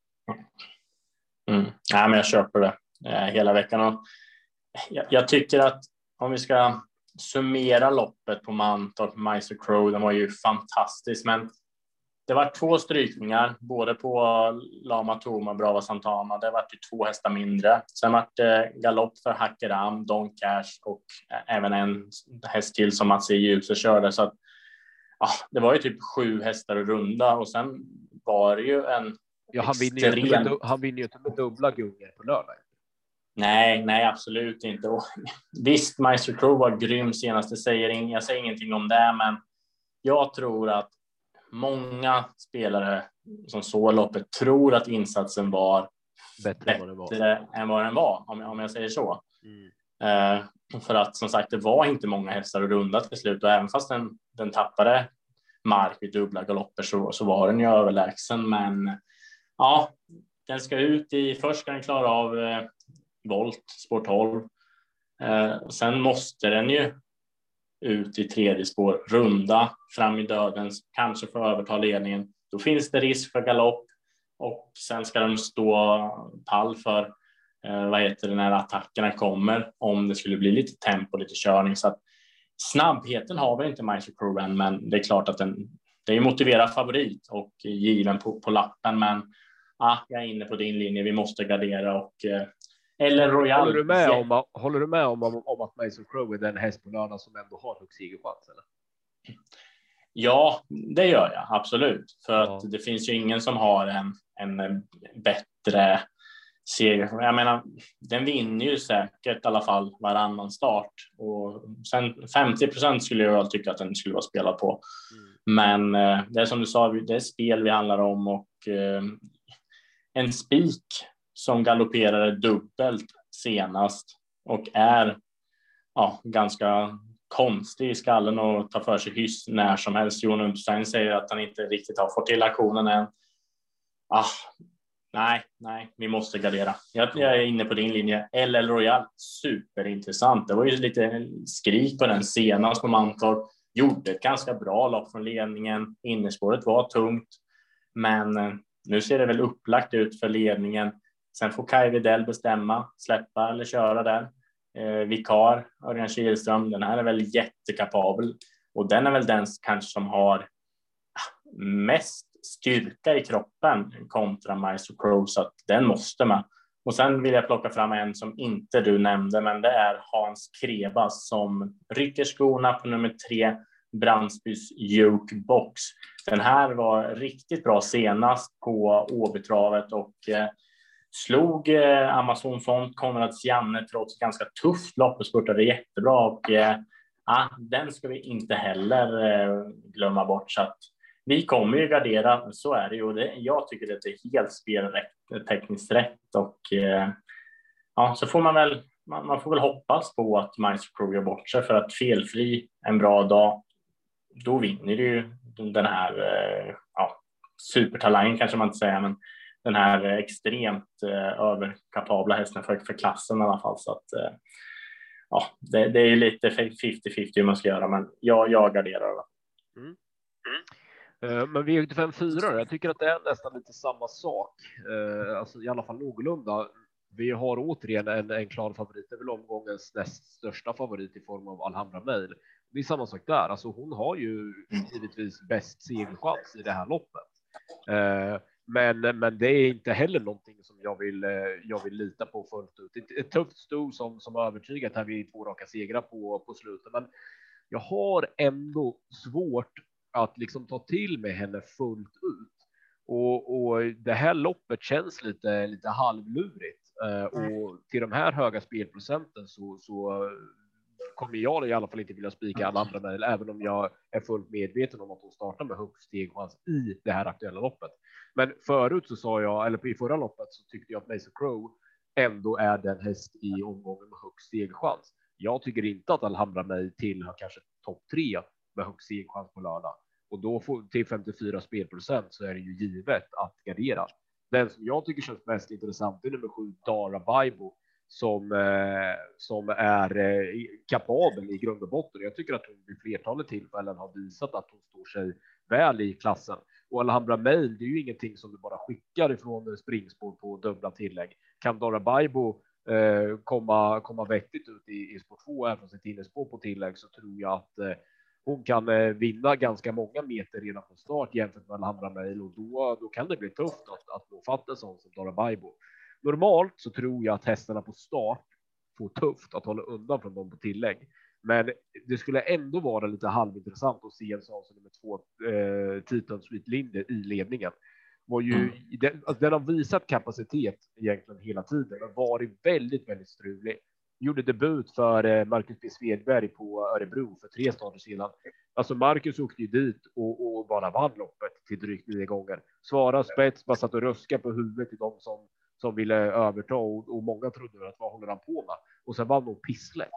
Mm. Ja, men jag köper det eh, hela veckan. Och jag, jag tycker att om vi ska summera loppet på Mantorp, Maestro Crow, den var ju fantastisk, men det var två strykningar, både på Lama Toma och Brava Santana. Det var ju två hästar mindre. Sen var det galopp för Hackeram, Don Cash och även en häst till som Mats i ljuset körde. Så att, ja, det var ju typ sju hästar att runda och sen var det ju en ja, han vinner ju inte med, han vinner ju inte med dubbla gungor på lördag. Nej, nej, absolut inte. Och visst, Maestro Crow var grym senast. Det säger in, jag säger ingenting om det, men jag tror att många spelare som såg loppet tror att insatsen var bättre, bättre än, vad var. än vad den var, om, om jag säger så. Mm. Eh, för att som sagt, det var inte många hästar att runda till slut, och även fast den, den tappade mark i dubbla galopper så, så var den ju överlägsen. Men ja, den ska ut i, först ska den klara av eh, volt, spår tolv. Eh, sen måste den ju ut i tredje spår, runda fram i döden, kanske få överta ledningen. Då finns det risk för galopp och sen ska de stå pall för eh, vad heter det, när attackerna kommer, om det skulle bli lite tempo, lite körning. Så att snabbheten har väl inte Maestro Crow än, men det är klart att den, det är motiverad favorit och given på, på lappen, men ah, jag är inne på din linje, vi måste gardera och eh, eller Royal. Håller du med om, håller du med om, om, om att Maestro Crow är den häst på lördag som ändå har hög segerchans, eller? Ja, det gör jag absolut, för ja. att det finns ju ingen som har en, en bättre seger. Jag menar, den vinner ju säkert i alla fall varannan start. Och sen femtio procent skulle jag tycka att den skulle vara spelad på. Mm. Men eh, det är som du sa, det är spel vi handlar om och eh, en spik som galopperade dubbelt senast och är ja, ganska konstig i skallen och tar för sig hyss när som helst. Jon Unterstein säger att han inte riktigt har fått till aktionen än. Ah, nej, nej, vi måste gardera. Jag, jag är inne på din linje. L L Royal, superintressant. Det var ju lite skrik på den senast på Mantorp. Gjorde ett ganska bra lopp från ledningen. Innerspåret var tungt. Men eh, nu ser det väl upplagt ut för ledningen. Sen får Kai Widell bestämma, släppa eller köra där. Eh, Vikar, Örjan Kihlström, den här är väl jättekapabel. Och den är väl den kanske som har mest styrka i kroppen kontra Maestro Crow, så att den måste man. Och sen vill jag plocka fram en som inte du nämnde, men det är Hans Krebas som rycker skorna på nummer tre, Brandsbys Jukebox. Den här var riktigt bra senast på Åbytravet och eh, slog eh, Amazon Font, Konrads Janne trots ganska tufft lopp och spurtade jättebra och eh, ah, den ska vi inte heller eh, glömma bort, så att vi kommer ju gardera, så är det ju. Det, jag tycker att det är helt spelrätt, tekniskt rätt och eh, ja, så får man väl man, man får väl hoppas på att Maestro Pro gör bort sig, för att felfri en bra dag, då vinner du ju den här eh, ja, supertalangen kanske man inte säger, men den här extremt eh, överkapabla hästen för, för klassen i alla fall, så att eh, ja, det, det är lite femtio femtio man ska göra, men jag, jag garderar det. Mm. Mm. Men V sjuttiofem fyra, jag tycker att det är nästan lite samma sak. Alltså i alla fall någorlunda. Vi har återigen en, en klar favorit. Det är väl omgångens näst största favorit i form av Alhambra Mail. Det är samma sak där. Alltså hon har ju givetvis bäst segerchans i det här loppet. Men, men det är inte heller någonting som jag vill, jag vill lita på fullt ut. Ett, ett tufft sto som, som har övertygat här vid två raka segrar på, på slutet. Men jag har ändå svårt att liksom ta till med henne fullt ut. Och, och det här loppet känns lite, lite halvlurigt. Uh, och till de här höga spelprocenten så, så kommer jag i alla fall inte vilja spika alla andra Mail, även om jag är fullt medveten om att hon startar med högst stegchans i det här aktuella loppet. Men förut så sa jag, eller på i förra loppet så tyckte jag att Maestro Crow ändå är den häst i omgången med högst stegchans. Jag tycker inte att Alhambra Mail tillhör kanske topp tre med högst stegchans på lördag. Och då får, till femtiofyra spelprocent så är det ju givet att gardera. Den som jag tycker känns mest intressant är nummer sju, Dara Baibo, som, eh, som är eh, kapabel i grund och botten. Jag tycker att hon vid flertalet tillfällen har visat att hon står sig väl i klassen. Och Alhambra Mail, det är ju ingenting som du bara skickar ifrån springspår på dubbla tillägg. Kan Dara Baibo eh, komma, komma vettigt ut i, i spår två även sitt innerspår på tillägg, så tror jag att eh, hon kan eh, vinna ganska många meter redan från start jämfört med Alhambra Mail, och då, då kan det bli tufft att, att nå fatt en sån som Dara Baibo. Normalt så tror jag att hästarna på start får tufft att hålla undan från dem på tillägg. Men det skulle ändå vara lite halvintressant att se en sån som nummer två, eh, Titan Sweet Linde i ledningen. Var ju, mm. den, alltså den har visat kapacitet egentligen hela tiden, men varit väldigt, väldigt strulig. Gjorde debut för eh, Marcus B. Svedberg på Örebro för tre starter sedan. Alltså Marcus åkte ju dit och, och bara vann loppet till drygt nio gånger. Svara spets, bara satt och röska på huvudet till de som, som ville överta, och, och många trodde att vad håller han på med? Och sen vann hon pisslet.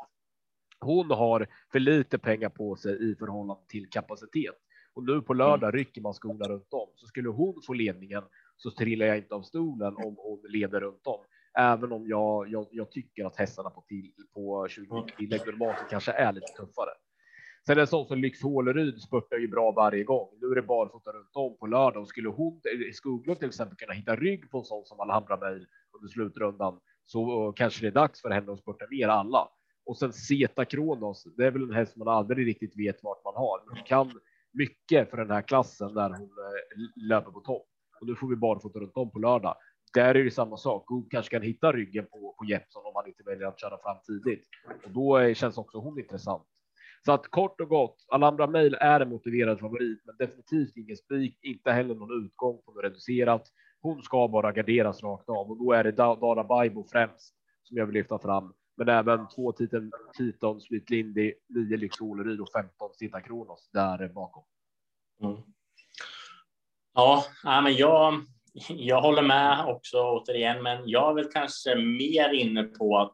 Hon har för lite pengar på sig i förhållande till kapacitet. Och nu på lördag rycker man skorna runt om. Så skulle hon få ledningen så trillar jag inte av stolen om hon leder runt om. Även om jag, jag, jag tycker att hästarna på, till, på tjugo tillägg normalt kanske är lite tuffare. Sen är det sånt som Lyx Håleryd spurtar ju bra varje gång. Nu är det bara fota runt om på lördag. Och skulle hon i Skoglund till exempel kunna hitta rygg på en sån som Alhambra Mail under slutrundan, så kanske det är dags för henne att spurta ner alla. Och sen Zeta Kronos, det är väl en häst man aldrig riktigt vet vart man har. Men kan mycket för den här klassen där hon löper på topp. Och nu får vi bara fota runt om på lördag. Där är det samma sak. God kanske kan hitta ryggen på, på Jeppson om han inte väljer att köra fram tidigt. Och då känns också hon intressant. Så att kort och gott, Alhambra Mail är en motiverad favorit, men definitivt ingen spik, inte heller någon utgång på något reducerat. hon ska bara garderas rakt av och då är det Dara Baibo främst som jag vill lyfta fram. Men även två titeln Titon, Sweet Lindy, nio Lyx Oleryd och femton Sita Kronos där bakom. Mm. Ja, men jag, jag håller med också återigen, men jag är väl kanske mer inne på att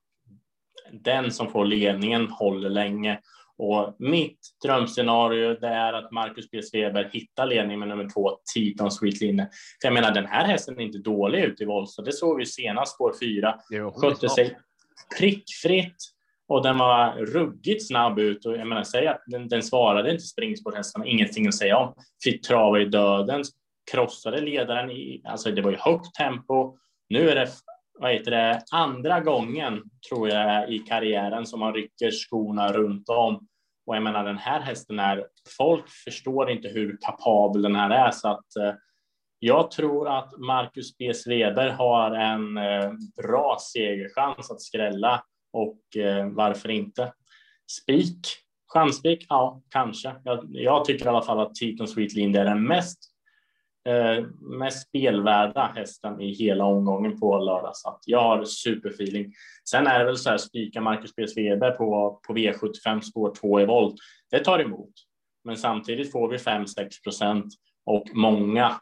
den som får ledningen håller länge. Och mitt drömscenario det är att Marcus B. Sveber hittar ledning med nummer två, Titon Sweet Lindy. För jag menar, den här hästen är inte dålig ut i Volsta. Det såg vi senast spår fyra. Skötte sig prickfritt och den var ruggigt snabb ut. Och jag menar, säg att den, den svarade inte springspårhästarna, ingenting att säga om. Fick trava i döden, krossade ledaren i, alltså det var ju högt tempo. Nu är det, vad heter det, andra gången tror jag i karriären som man rycker skorna runt om. Och jag menar, den här hästen är, folk förstår inte hur kapabel den här är, så att eh, jag tror att Marcus B. Sveber har en eh, bra segerchans att skrälla och eh, varför inte? Spik, chansspik, ja kanske. Jag, jag tycker i alla fall att Titon Sweet Lindy är den mest Eh, mest spelvärda hästen i hela omgången på lördag, så att jag har superfeeling. Sen är det väl så här, spika Marcus B. Sveber på, på V sjuttiofem spår två i volt, det tar emot, men samtidigt får vi fem till sex procent och många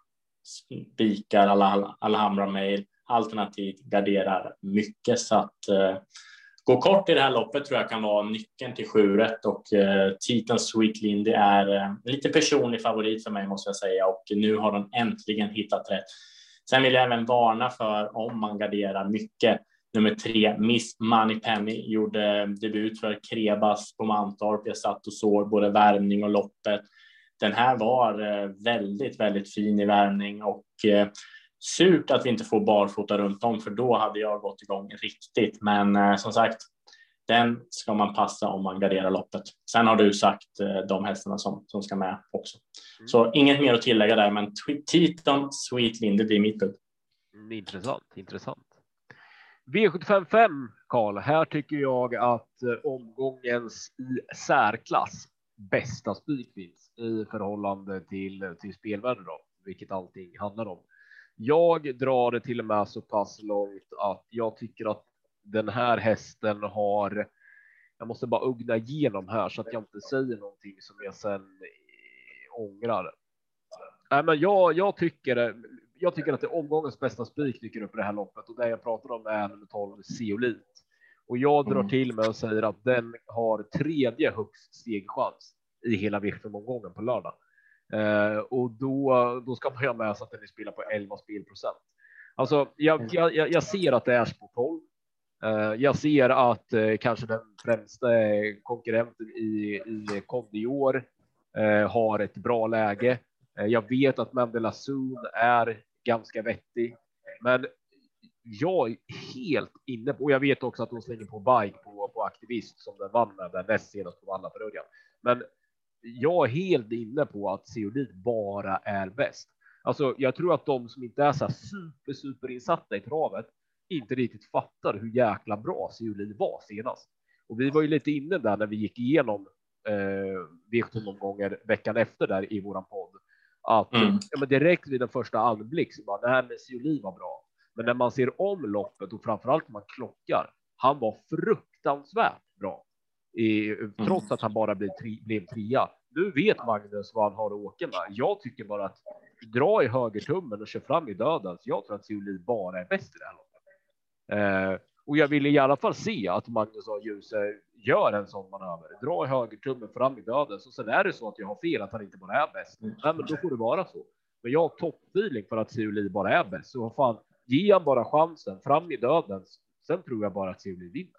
spikar alla Alhambra Mail alternativt garderar mycket, så att eh, gå kort i det här loppet tror jag kan vara nyckeln till sju rätt, och eh, Titon Sweet Lindy är eh, lite personlig favorit för mig måste jag säga, och nu har de äntligen hittat rätt. Sen vill jag även varna för om man garderar mycket. Nummer tre, Miss Money Penny, gjorde debut för Krebas på Mantorp. Jag satt och såg både värmning och loppet. Den här var eh, väldigt, väldigt fin i värmning och eh, surt att vi inte får barfota runt om, för då hade jag gått igång riktigt. Men eh, som sagt, den ska man passa om man garderar loppet. Sen har du sagt eh, de hästarna som, som ska med också. Mm. Så inget mer att tillägga där, men Titon Sweet Lindy blir mitt bud. Mm, intressant, intressant. V sjuttiofem fem, Karl. Här tycker jag att eh, omgångens i särklass bästa spik finns i förhållande till, till spelvärde då, vilket allting handlar om. Jag drar det till och med så pass långt att jag tycker att den här hästen har, jag måste bara ugna igenom här så att jag inte säger någonting som jag sen ångrar. Nej, men jag, jag tycker jag tycker att det är omgångens bästa spik dyker upp i det här loppet, och det jag pratar om är nummer tolv Zeolit. Och jag drar till med och säger att den har tredje högst stegchans i hela V sjuttiofem-omgången på lördag. Uh, och då, då ska man ha med sig att den är spelad på elva spelprocent. Alltså, jag, jag, jag ser att det är på tolv. Uh, jag ser att uh, kanske den främsta konkurrenten i, i Kondior uh, har ett bra läge. Uh, jag vet att Mandela Zoon är ganska vettig, men jag är helt inne på, och jag vet också att de slänger på bike på, på aktivist som den vann med den näst senast på alla början. Men jag är helt inne på att Zeolit bara är bäst. Alltså, jag tror att de som inte är så super, super insatta i travet inte riktigt fattar hur jäkla bra Zeolit var senast. Och vi var ju lite inne där när vi gick igenom eh, V sjutton-omgångar veckan efter där i våran podd. Att mm. ja, men direkt vid den första anblick så bara, nej men Zeolit var bra. Men när man ser om loppet och framförallt när man klockar, han var fruktansvärt bra. I, trots att han bara blev, tri, blev trea. Nu vet Magnus vad han har att åka med. Jag tycker bara att dra i högertummen och kör fram i döden. Så jag tror att Zeolit bara är bäst i det här loppet. Eh, och jag vill i alla fall se att Magnus och Ljuse gör en sån manöver. Dra i högertummen fram i döden. Så sen är det så att jag har fel att han inte bara är bäst. Nej, men då får det vara så. Men jag har toppfeeling för att Zeolit bara är bäst. Så vad fan, ge han bara chansen fram i döden. Sen tror jag bara att Zeolit vinner.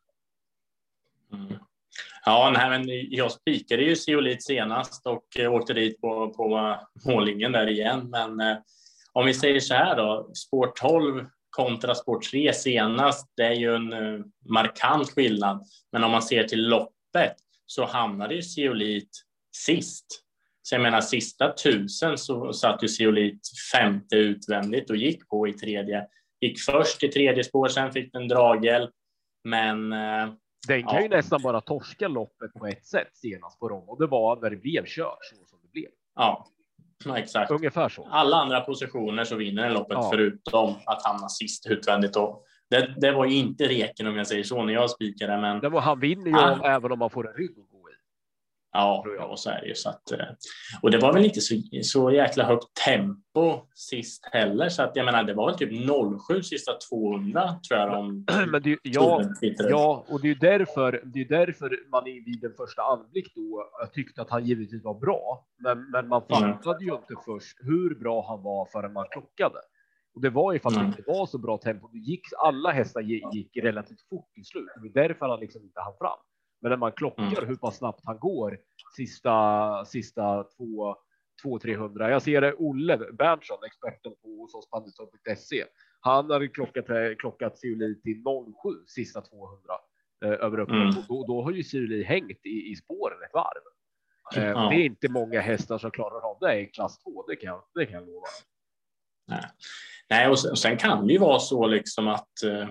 Mm. Ja, nej, men jag spikade ju Zeolit senast och åkte dit på, på mållinjen där igen. Men eh, om vi säger så här då, spår tolv kontra spår tre senast, det är ju en eh, markant skillnad. Men om man ser till loppet så hamnade ju Zeolit sist. Så jag menar, sista tusen så satt ju Zeolit femte utvändigt och gick på i tredje. Gick först i tredje spår, sen fick den draghjälp. Men... Eh, Den kan ja. ju nästan bara torska loppet på ett sätt senast på dem. Och det var när det blev kört så som det blev. Ja, Ja, exakt. Ungefär så. Alla andra positioner så vinner en loppet, ja. förutom att hamna sist utvändigt. Och det, det var ju inte reken om jag säger så när jag spikade. Men det var, han vinner ju ah. även om man får en rygg att gå i. Ja, ja, så är det ju. Så att, och det var väl inte så, så jäkla högt tempo sist heller. Så att jag menar, det var väl typ noll sju sista tvåhundra tror jag. De men det, ja, ja, och det är därför, det är därför man vid den första anblick då tyckte att han givetvis var bra. Men, men man fattade mm. ju inte först hur bra han var förrän man klockade. Och det var ju för att mm. det inte var så bra tempo. Det gick, alla hästar gick relativt fort i slut. Det är därför han liksom inte hann fram. Men när man klockar mm. hur pass snabbt han går sista, sista två, två trehundra. Jag ser det Olle Berntsson, experten på hos oss Panditsson punkt se. Han hade klockat, klockat Cioli till noll sju sista tvåhundra eh, över uppe. Mm. Då, då har ju Cioli hängt i, i spåren ett varv. Eh, ja. Det är inte många hästar som klarar av det i klass två. Det kan, det kan jag lova. Nej, Nej och, sen, och sen kan det ju vara så liksom att,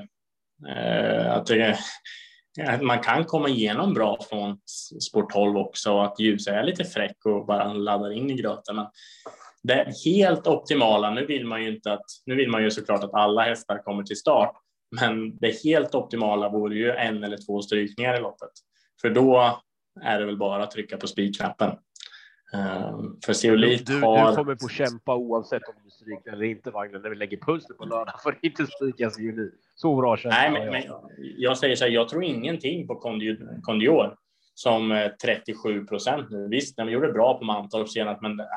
eh, att det man kan komma igenom bra från sport tolv också, att Ljus är lite fräck och bara laddar in i gröten. Men det helt optimala, nu vill man ju inte att, nu vill man ju såklart att alla hästar kommer till start, men det helt optimala vore ju en eller två strykningar i loppet. För då är det väl bara att trycka på spikknappen. Um, för Zeolit du, har... du kommer på kämpa oavsett om du stryker eller inte vagnen när vi lägger pussel på lördag för att inte stryka Zeolit. Så bra kämpa. Nej, men, men jag säger så här, jag tror ingenting på Kondior som trettiosju procent nu. Visst, när vi gjorde bra på Mantorp senast, men äh,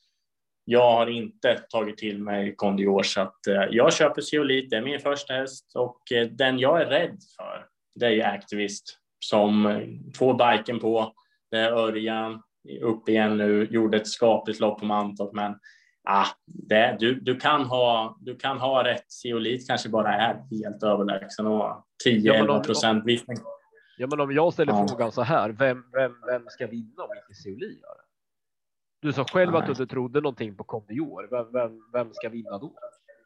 jag har inte tagit till mig Kondior, så att äh, jag köper Zeolit, det är min första häst, och äh, den jag är rädd för, det är ju Activist som äh, får biken på. Det är Örjan upp igen nu, gjorde ett skapligt lopp på Mantorp, men ah, det, du, du, kan ha, du kan ha rätt. Zeolit kanske bara är helt överlägsen och tio till elva procent visning. Ja, men om jag ställer ja. frågan så här, vem, vem, vem ska vinna om inte Zeolit gör det? Du sa själv Nej. att du inte trodde någonting på Kondior. Vem, vem, vem ska vinna då?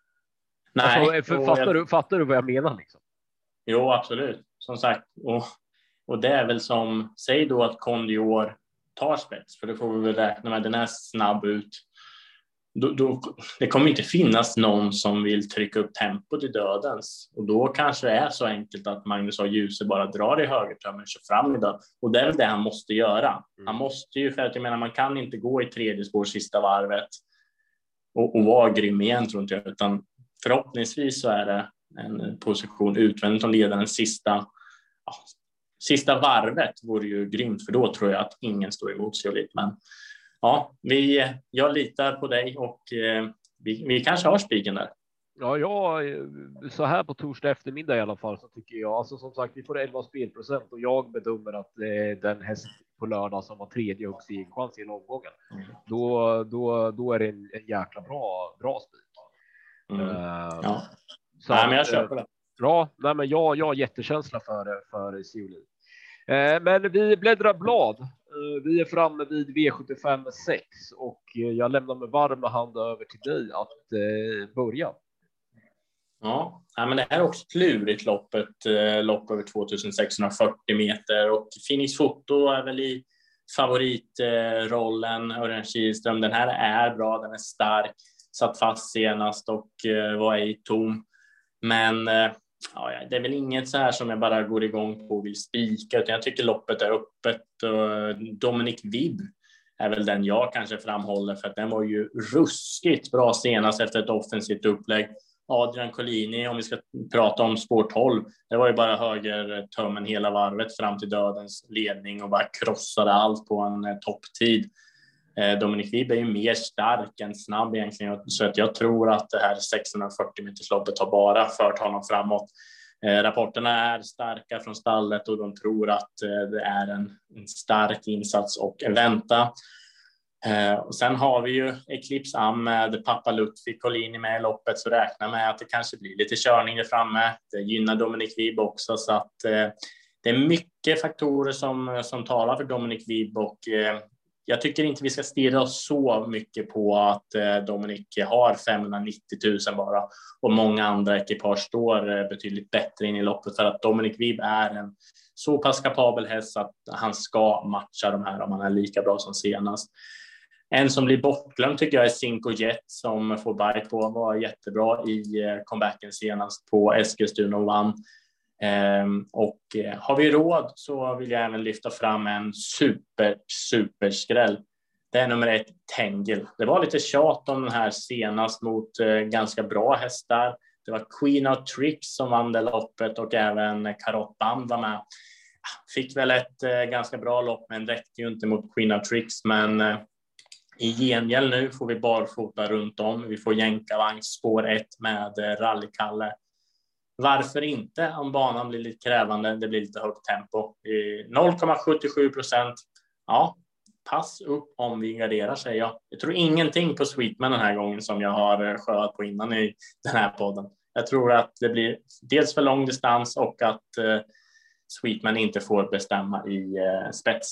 Nej. Alltså, för, fattar, jag... du, fattar du vad jag menar liksom? Jo, absolut. Som sagt, och, och det är väl som, säg då att Kondior tar spets, för det får vi väl räkna med, den är snabb ut. Då, då, det kommer inte finnas någon som vill trycka upp tempot i dödens, och då kanske det är så enkelt att Magnus A. Djuse bara drar i högertömmen och kör fram i död, och det är väl det han måste göra. Mm. Han måste ju, för att jag menar, man kan inte gå i tredje spår sista varvet och, och vara grym igen, tror inte jag, utan förhoppningsvis så är det en position utvändigt som leder den sista ja, sista varvet vore ju grymt, för då tror jag att ingen står emot Zeolit. Men ja, vi, jag litar på dig, och eh, vi, vi kanske har spiken där. Ja, ja, så här på torsdag eftermiddag i alla fall så tycker jag, alltså som sagt, vi får elva spelprocent och jag bedömer att eh, den häst på lördag som var tredje och i chans i omgången, mm. då, då, då är det en, en jäkla bra, bra spik. Mm. Uh, ja. Så nej, men jag köper det. Ja, nej, men jag, jag har jättekänsla för, för Zeolit. Eh, men vi bläddrar blad. Eh, vi är framme vid V sjuttiofem sex och jag lämnar med varma hand över till dig att eh, börja. Ja, men det här är också klurigt loppet, eh, lopp över tvåtusensexhundrafyrtio meter, och Phoenix Foto är väl i favoritrollen. Örjan Kihlström, den här är bra, den är stark, satt fast senast och eh, var ej tom. Men eh, ja, det är väl inget så här som jag bara går igång på och vill spika, utan jag tycker loppet är öppet. Dominic Vibb är väl den jag kanske framhåller, för att den var ju ruskigt bra senast efter ett offensivt upplägg. Adrian Collini, om vi ska prata om spår tolv, det var ju bara höger tömmen hela varvet fram till dödens ledning och bara krossade allt på en topptid. Dominic Vibb är ju mer stark än snabb egentligen, så att jag tror att det här sexhundrafyrtio metersloppet har bara fört honom framåt. Eh, rapporterna är starka från stallet och de tror att eh, det är en, en stark insats och en vänta. Eh, och sen har vi ju Eclipse Am med pappa Lutfi Collini med i loppet, så räkna med att det kanske blir lite körning där framme. Det gynnar Dominic Vibb också, så att eh, det är mycket faktorer som, som talar för Dominic Vibb, och eh, jag tycker inte vi ska stirra oss så mycket på att eh, Dominic har femhundranittio tusen bara, och många andra ekipage står eh, betydligt bättre in i loppet, för att Dominic Vibb är en så pass kapabel häst att han ska matcha de här om han är lika bra som senast. En som blir bortglömd tycker jag är Cinco Jet som får bike på. Var jättebra i comebacken senast på Eskilstuna och vann. Um, och uh, har vi råd så vill jag även lyfta fram en super, super skräll. Det är nummer ett, Tengil. Det var lite tjat om den här senast mot uh, ganska bra hästar. Det var Queen of Tricks som vann det loppet och även Karottband var med. Fick väl ett uh, ganska bra lopp men räckte ju inte mot Queen of Tricks. Men uh, i gengäld nu får vi barfota runt om. Vi får jänkarvagn spår ett med uh, rallykalle. Varför inte om banan blir lite krävande, det blir lite högt tempo. noll komma sjuttiosju procent. Ja, pass upp om vi garderar säger jag. Jag tror ingenting på Sweetman den här gången som jag har sjöat på innan i den här podden. Jag tror att det blir dels för lång distans och att uh, Sweetman inte får bestämma i uh, spets.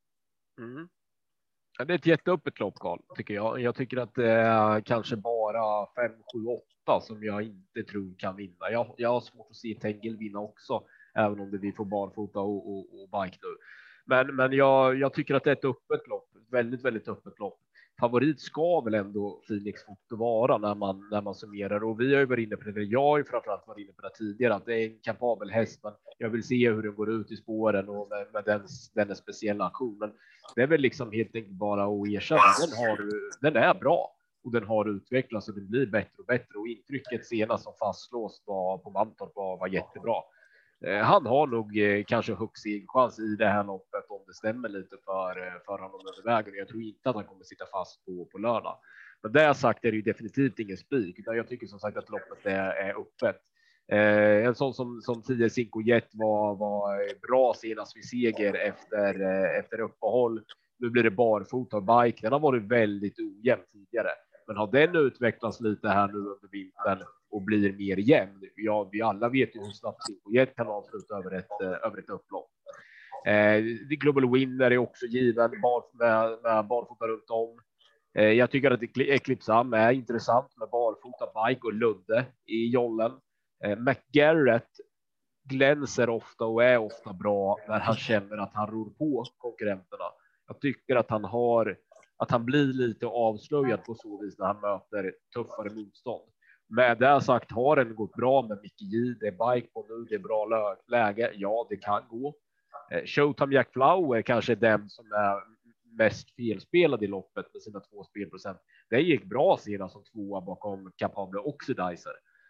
Mm. Ja, det är ett jätteöppet lopp, Carl, tycker jag. Jag tycker att det är kanske bara fem, sju, åtta som jag inte tror kan vinna. Jag, jag har svårt att se Tengil vinna också, även om det vi får barfota och, och, och bike nu. Men, men jag, jag tycker att det är ett öppet lopp, väldigt, väldigt öppet lopp. Favorit ska väl ändå Phoenix Foto vara när man, när man summerar. Och vi har ju varit inne på det, jag har ju framförallt varit inne på det tidigare, att det är en kapabel häst, men jag vill se hur den går ut i spåren och med, med den, den speciella aktionen. Det är väl liksom helt enkelt bara att erkänna, den, har, den är bra och den har utvecklats och den blir bättre och bättre. Och intrycket senast som fastlåst var på Mantorp var, var jättebra. Han har nog eh, kanske högst chans i det här loppet om det stämmer lite för, för honom under vägen. Jag tror inte att han kommer sitta fast på, på lördag. Men det sagt är det ju definitivt ingen spik. Utan jag tycker som sagt att loppet är, är öppet. Eh, en sån som, som tio Cinco Jet var, var bra senast vid seger efter, eh, efter uppehåll. Nu blir det barfota och bike. Den har varit väldigt ojämn tidigare. Men har den utvecklats lite här nu under vintern och blir mer jämn? Ja, vi alla vet ju hur snabbt Cinco Jet kan avsluta över ett, över ett upplopp. Eh, Global Winner är också given bar, med, med barfota runt om. Eh, jag tycker att Eclipse Am är intressant med barfota, bike och ludde i jollen. Eh, McGarrett glänser ofta och är ofta bra när han känner att han ror på konkurrenterna. Jag tycker att han har att han blir lite avslöjad på så vis när han möter tuffare motstånd. Med det sagt har den gått bra med Mickey J. Det är bike på nu, det är bra läge. Ja, det kan gå. Showtime Jack Flower kanske den som är mest felspelad i loppet med sina två spelprocent. Det gick bra sedan som tvåa bakom Capable Oxidizer.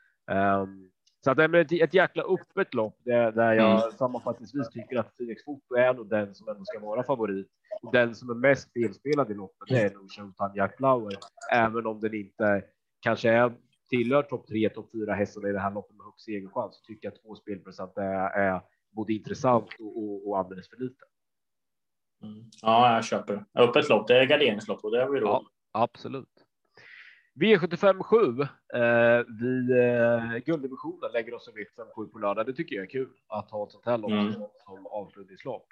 Um, så att det är ett, ett jäkla öppet lopp där, där jag mm. sammanfattningsvis tycker att Phoenix Foto är nog den som ändå ska vara favorit. Och den som är mest felspelad i loppet det är nog Showtime Jack Flower. Även om den inte kanske är tillhör topp tre, topp fyra hästarna i det här loppet med högst segerchans, så tycker jag att två spelprocent är, är både intressant och, och, och alldeles för lite. Mm. Ja, jag köper. Öppet lopp, det är garderingslopp och det har vi råd. Ja, absolut. V sjuttiofem sju, eh, vi eh, gulddivisionen lägger oss i V sjuttiofem sju på lördag. Det tycker jag är kul att ha ett sånt här lopp mm. som avslutningslopp.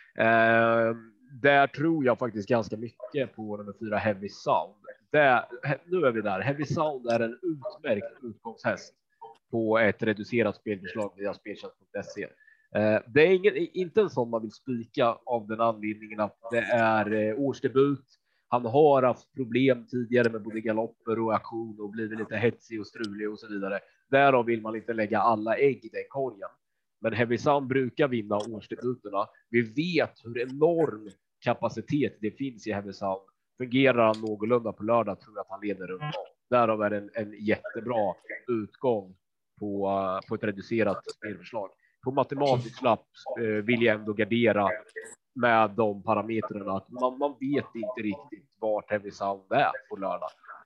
Eh, där tror jag faktiskt ganska mycket på nummer fyra Heavy Sound. Där, nu är vi där. Heavy Sound är en utmärkt utgångshäst på ett reducerat spelförslag via speltjänst punkt se. Eh, det är ingen, inte en sån man vill spika av den anledningen att det är eh, årsdebut. Han har haft problem tidigare med både galopper och aktion och blivit lite hetsig och strulig och så vidare. Därav vill man inte lägga alla ägg i den korgen. Men Heavy Sound brukar vinna årsdebuterna. Vi vet hur enorm kapacitet det finns i Heavy Sound. Fungerar han någorlunda på lördag tror jag att han leder runt om. Därav är det en, en jättebra utgång på, uh, på ett reducerat spelförslag. På matematisk lapp uh, vill jag ändå gardera med de parametrarna att man, man vet inte riktigt vart Heavy Sound är på lördag.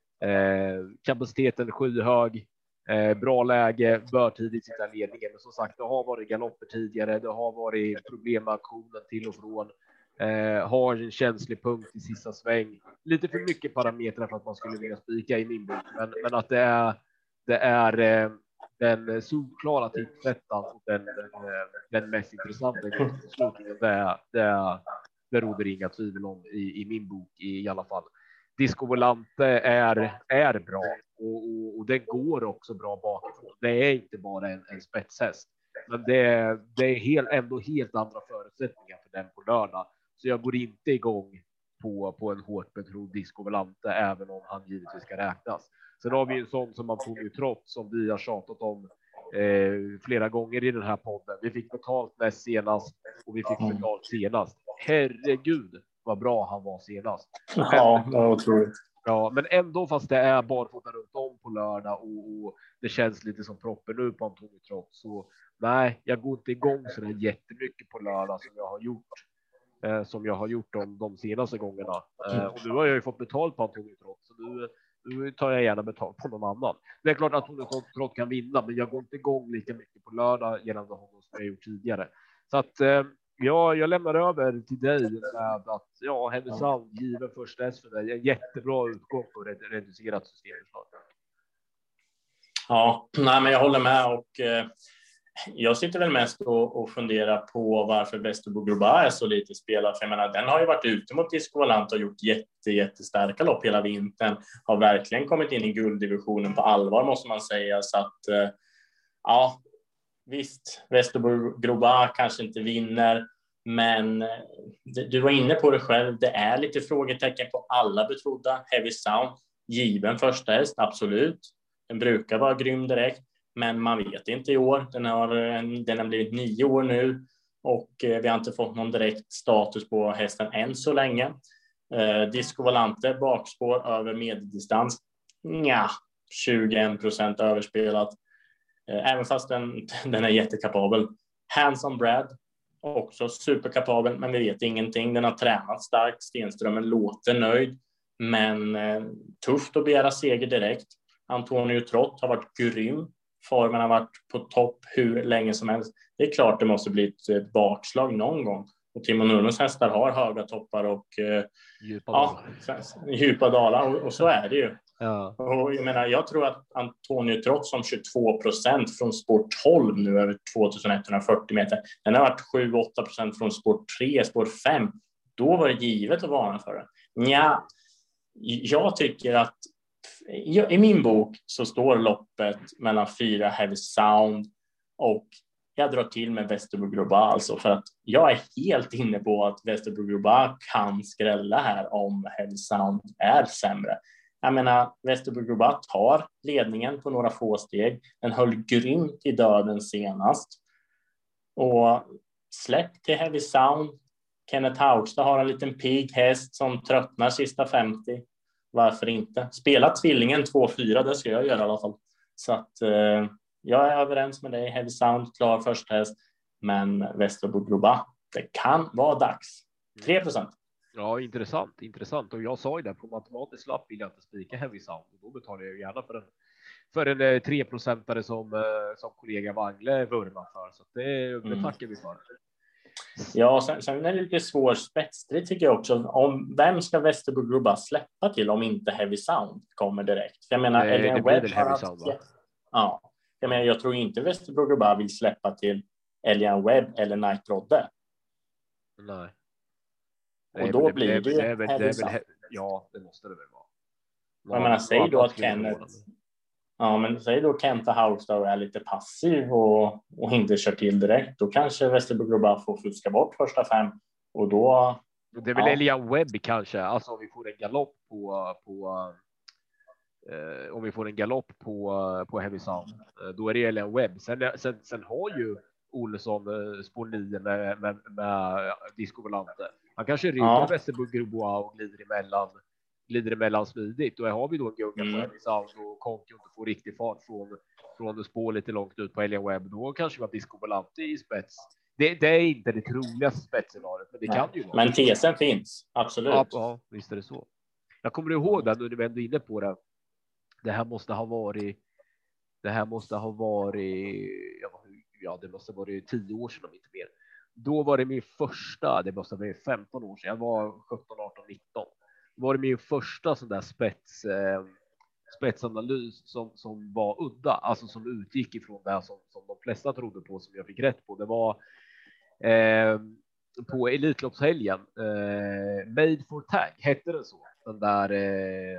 Eh, kapaciteten skyhög, eh, bra läge, bör tidigt sitta ledningen. Men som sagt, det har varit galopper tidigare, det har varit problem med aktionen till och från. Eh, har en känslig punkt i sista sväng. Lite för mycket parametrar för att man skulle vilja spika i min bok. Men, men att det är, det är eh, den solklara tipsettan och den, den, den mest intressanta slutningen, det, det, det råder inga tvivel om i, i min bok i, i alla fall. Disco Volante är, är bra och, och, och det går också bra bakifrån. Det är inte bara en, en spetshäst, men det, det är helt, ändå helt andra förutsättningar för den på lördag. Så jag går inte igång på, på en hårt betrodd Disco Volante, även om han givetvis ska räknas. Sen har vi en sån som Antonio Trott som vi har tjatat om eh, flera gånger i den här podden. Vi fick betalt näst senast och vi fick betalt senast. Herregud vad bra han var senast. Ja, det var otroligt. Ja, men ändå, fast det är barfota runt om på lördag och, och det känns lite som proppen nu på Antonio Trott, så nej, jag går inte igång så där jättemycket på lördag som jag har gjort eh, som jag har gjort de, de senaste gångerna. Eh, och nu har jag ju fått betalt på Antonio Trott, så nu, nu tar jag gärna betalt på någon annan. Det är klart att Antonio Trott kan vinna, men jag går inte igång lika mycket på lördag gällande honom som jag gjort tidigare. Så att eh, ja, jag lämnar över till dig med att ja, Härnösand given första S för dig. En jättebra utgång på ett reducerat system. Ja, nej, men jag håller med, och eh, jag sitter väl mest och, och funderar på varför Västerbo Groba är så lite spelad. För jag menar, den har ju varit ute mot Disco Volante och gjort jätte, jättestarka lopp hela vintern. Har verkligen kommit in i gulddivisionen på allvar, måste man säga. Så att eh, ja, visst, Västerbo Groba kanske inte vinner, men du var inne på det själv. Det är lite frågetecken på alla betrodda. Heavy Sound, given första häst, absolut. Den brukar vara grym direkt, men man vet inte i år. Den har, den har blivit nio år nu och vi har inte fått någon direkt status på hästen än så länge. Eh, Disco Volante, bakspår över medeldistans. Nja, tjugoen procent överspelat. Eh, även fast den, den är jättekapabel. Hands on Brad, också superkapabel, men vi vet ingenting. Den har tränat starkt. Stenströmen låter nöjd, men eh, tufft att begära seger direkt. Antonio Trott har varit grym. Formen har varit på topp hur länge som helst. Det är klart det måste bli ett bakslag någon gång. Och Timo Nurmos hästar har höga toppar och eh, djupa ja, djupa dalar. Och, och så är det ju. Ja. Och jag menar, jag tror att Antonio Trott som tjugotvå procent från sport tolv nu över tjugoett fyrtio meter. Den har varit sju åtta procent från sport tre, sport fem. Då var det givet att varna för det. Ja, jag tycker att i min bok så står loppet mellan fyra Heavy Sound och jag drar till med Västerbo Groba, alltså, för att jag är helt inne på att Västerbo Groba kan skrälla här om Heavy Sound är sämre. Jag menar, Västerbo Groba tar ledningen på några få steg. Den höll grymt i döden senast. Och släpp till Heavy Sound. Kenneth Haugstad har en liten pig häst som tröttnar sista femtio. Varför inte? Spela tvillingen två fyra, det ska jag göra i alla fall. Så att eh, jag är överens med dig. Heavy Sound, klar första häst. Men Västerbo Groba, det kan vara dags. tre procent. Ja, intressant, intressant. Och jag sa ju det, på matematiskt lapp vill jag inte spika Heavy Sound. Och då betalar jag gärna för en, för en eh, tre procentare som, eh, som kollega Wangle vurmar för. Så det, det Mm. tackar vi för. Ja, sen, sen är det lite svår spetsstrid tycker jag också. Om vem ska Västerbo Groba släppa till om inte Heavy Sound kommer direkt? För jag menar, det, det blir väl Heavy Sound, va? Ja, jag menar, jag tror inte Västerbo Groba vill släppa till Elian Webb eller Night Rodde. Nej. Och då blir det, det, det, det, det, det väl, ja, det måste det väl vara. Jag menar, säg då att Kenneth... Ja, men säg då Kenta Haugstad är lite passiv och, och inte kör till direkt. Då kanske Västerbo Groba får fuska bort första fem. Och då... Det är väl ja. Elian Webb kanske. Alltså om vi får en galopp på... på eh, om vi får en galopp på, på Heavy Sound. Eh, då är det Elian Webb. Sen, sen, sen har ju Olsson eh, spår nio med, med, med Disco Volante. Han kanske ryggar ja. Västerbo Groba och glider emellan. glider emellan smidigt. Och här har vi då en gunga mm. på Heavy Sound och Konko inte får riktig fart från, från spår lite långt ut på Elian Webb. Då kanske man Disco Volante i spets. Det, det är inte det troligaste spetsscenariot, men det Nej. kan ju vara. Men tesen finns, absolut. Ja, ja, visst är det så. Jag kommer ihåg att du är ändå inne på det. Det här måste ha varit det här måste ha varit ja, ja det måste ha varit tio år sedan om inte mer. Då var det min första, det måste ha varit femton år sedan. Jag var sjutton, arton, nitton. Var det min första sån där spets, eh, spetsanalys som, som var udda, alltså som utgick ifrån det som, som de flesta trodde på, som jag fick rätt på. Det var eh, på Elitloppshelgen, eh, Made for Tag, hette det så? Den där eh,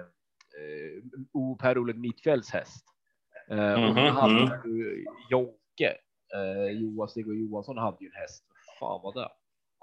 eh, Per-Olof Mittfälls häst. Eh, mm-hmm. Och han hade ju Jonke, eh, Johan Stig och Johansson hade ju en häst. Fan vad det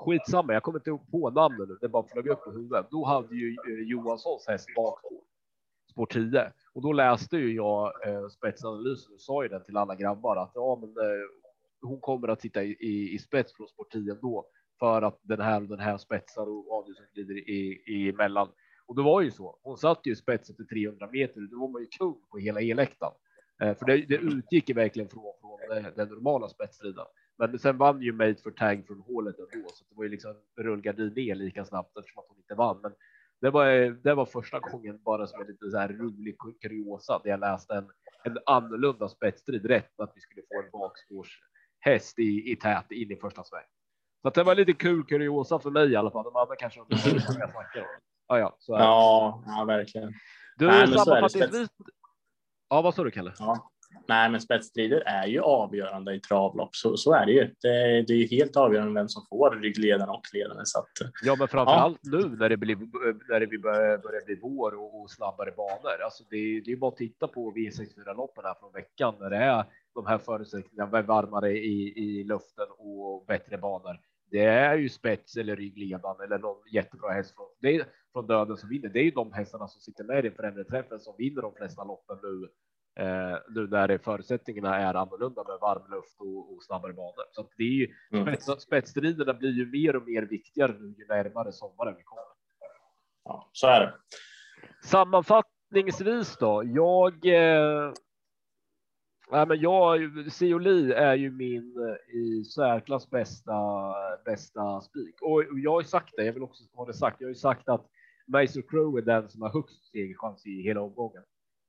skitsamma, jag kommer inte ihåg på namnen nu, det bara flög upp i huvudet. Då hade ju eh, Johanssons häst bakspår, spår tio. Och då läste ju jag eh, spetsanalysen och sa ju den till alla grabbar att ja, men eh, hon kommer att sitta i, i, i spets från spår tio då, för att den här och den här spetsar och avdelningen glider i, i emellan. Och det var ju så. Hon satt ju spetsen till trehundra meter. Då var man ju kung på hela eläktan. Eh, för det, det utgick ju verkligen från, från eh, den normala spetsstriden. Men sen vann ju Made for Tag från hålet ändå. Så det var ju liksom rullgardin ner lika snabbt eftersom att hon inte vann. Men det var, det var första gången bara som en lite så här rolig kuriosa. Där jag läste en, en annorlunda spetsstrid rätt. Att vi skulle få en bakspårshäst i, i tät in i första sväng. Så att det var lite kul kuriosa för mig i alla fall. De andra kanske inte som jag snackar om. Ja, ja, så är det. Ja, ja, verkligen. Du, Nej, sammanfattningsvis. Ja, vad sa du, Kalle? Ja. Nej, men spetsstrider är ju avgörande i travlopp. Så, så är det ju. Det, det är ju helt avgörande vem som får ryggledaren och ledaren. Så att, ja, men framförallt ja. nu när det blir när det börjar, börjar bli vår och, och snabbare banor. Alltså det, det är bara att titta på V sextiofyra-loppen här från veckan när det är de här förutsättningarna varmare i, i luften och bättre banor. Det är ju spets eller ryggledan eller någon jättebra häst från, det är från döden som vinner. Det är ju de hästarna som sitter med i den förändrande träffen som vinner de flesta loppen nu. Eh, nu när det förutsättningarna är annorlunda med varm luft och, och snabbare banor. Så att det är ju, mm. spets, spetsstriderna blir ju mer och mer viktigare nu ju närmare sommaren vi kommer. Ja, så är det. Sammanfattningsvis då, jag eh, nej, men jag, Sioli är ju min i särklass bästa, bästa spik. Och jag har ju sagt det, jag vill också ha det sagt, jag har ju sagt att Maestro Crow är den som har högst segerchans i hela omgången.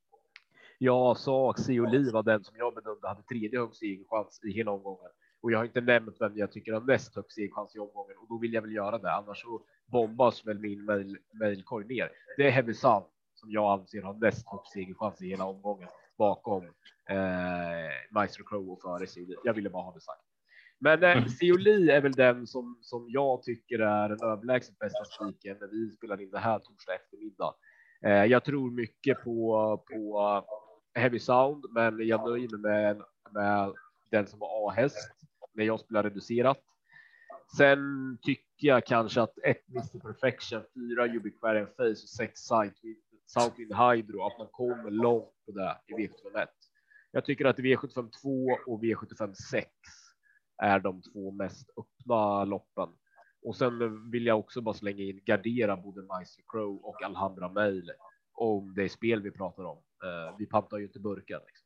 Jag sa att Sioli var den som jag bedömde hade tredje högst segerchans i hela omgången. Och jag har inte nämnt vem jag tycker har näst högst segerchans i omgången. Och då vill jag väl göra det, annars så bombas väl min mail, mailkorg ner. Det är Heavy Sound som jag anser har näst högst segerchans i hela omgången. Bakom eh, Maestro Crow och före Sioli. Jag ville bara ha det sagt. Men eh, Sioli är väl den som, som jag tycker är den överlägset bästa spiken när vi spelar in det här torsdag eftermiddag. Eh, jag tror mycket på, på Heavy Sound, men jag nöjer mig med, med den som har A-häst när jag spelar reducerat. Sen tycker jag kanske att ett mister Perfection, fyra Ubiquarian Face och sex Southwind Hydro, att man kommer långt på det i V sjuttiofem ett. Jag tycker att V sjuttiofem två och V sjuttiofem sex är de två mest öppna loppen. Och sen vill jag också bara slänga in gardera både Maestro Crow och Alhambra Mail om det är spel vi pratar om. Uh, vi pantar ju inte burken. Liksom.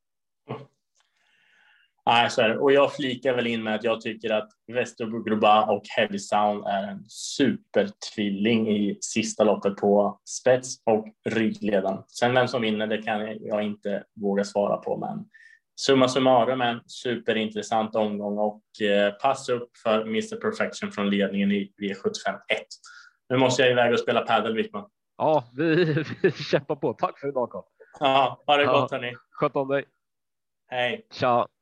Nej, så är det. Och jag flikar väl in med att jag tycker att Västerbo Groba och Heavy Sound är en supertvilling i sista loppet på spets och ryggledan. Sen vem som vinner, det kan jag inte våga svara på, men summa summarum en superintressant omgång och eh, pass upp för mister Perfection från ledningen i V sjuttiofem ett. Nu måste jag iväg och spela paddel, Wickman. Ja, vi, vi kämpar på. Tack för idag, Carl. Ja, ha det ja, gott, hörni. Sköt om dig. Hej. Tja.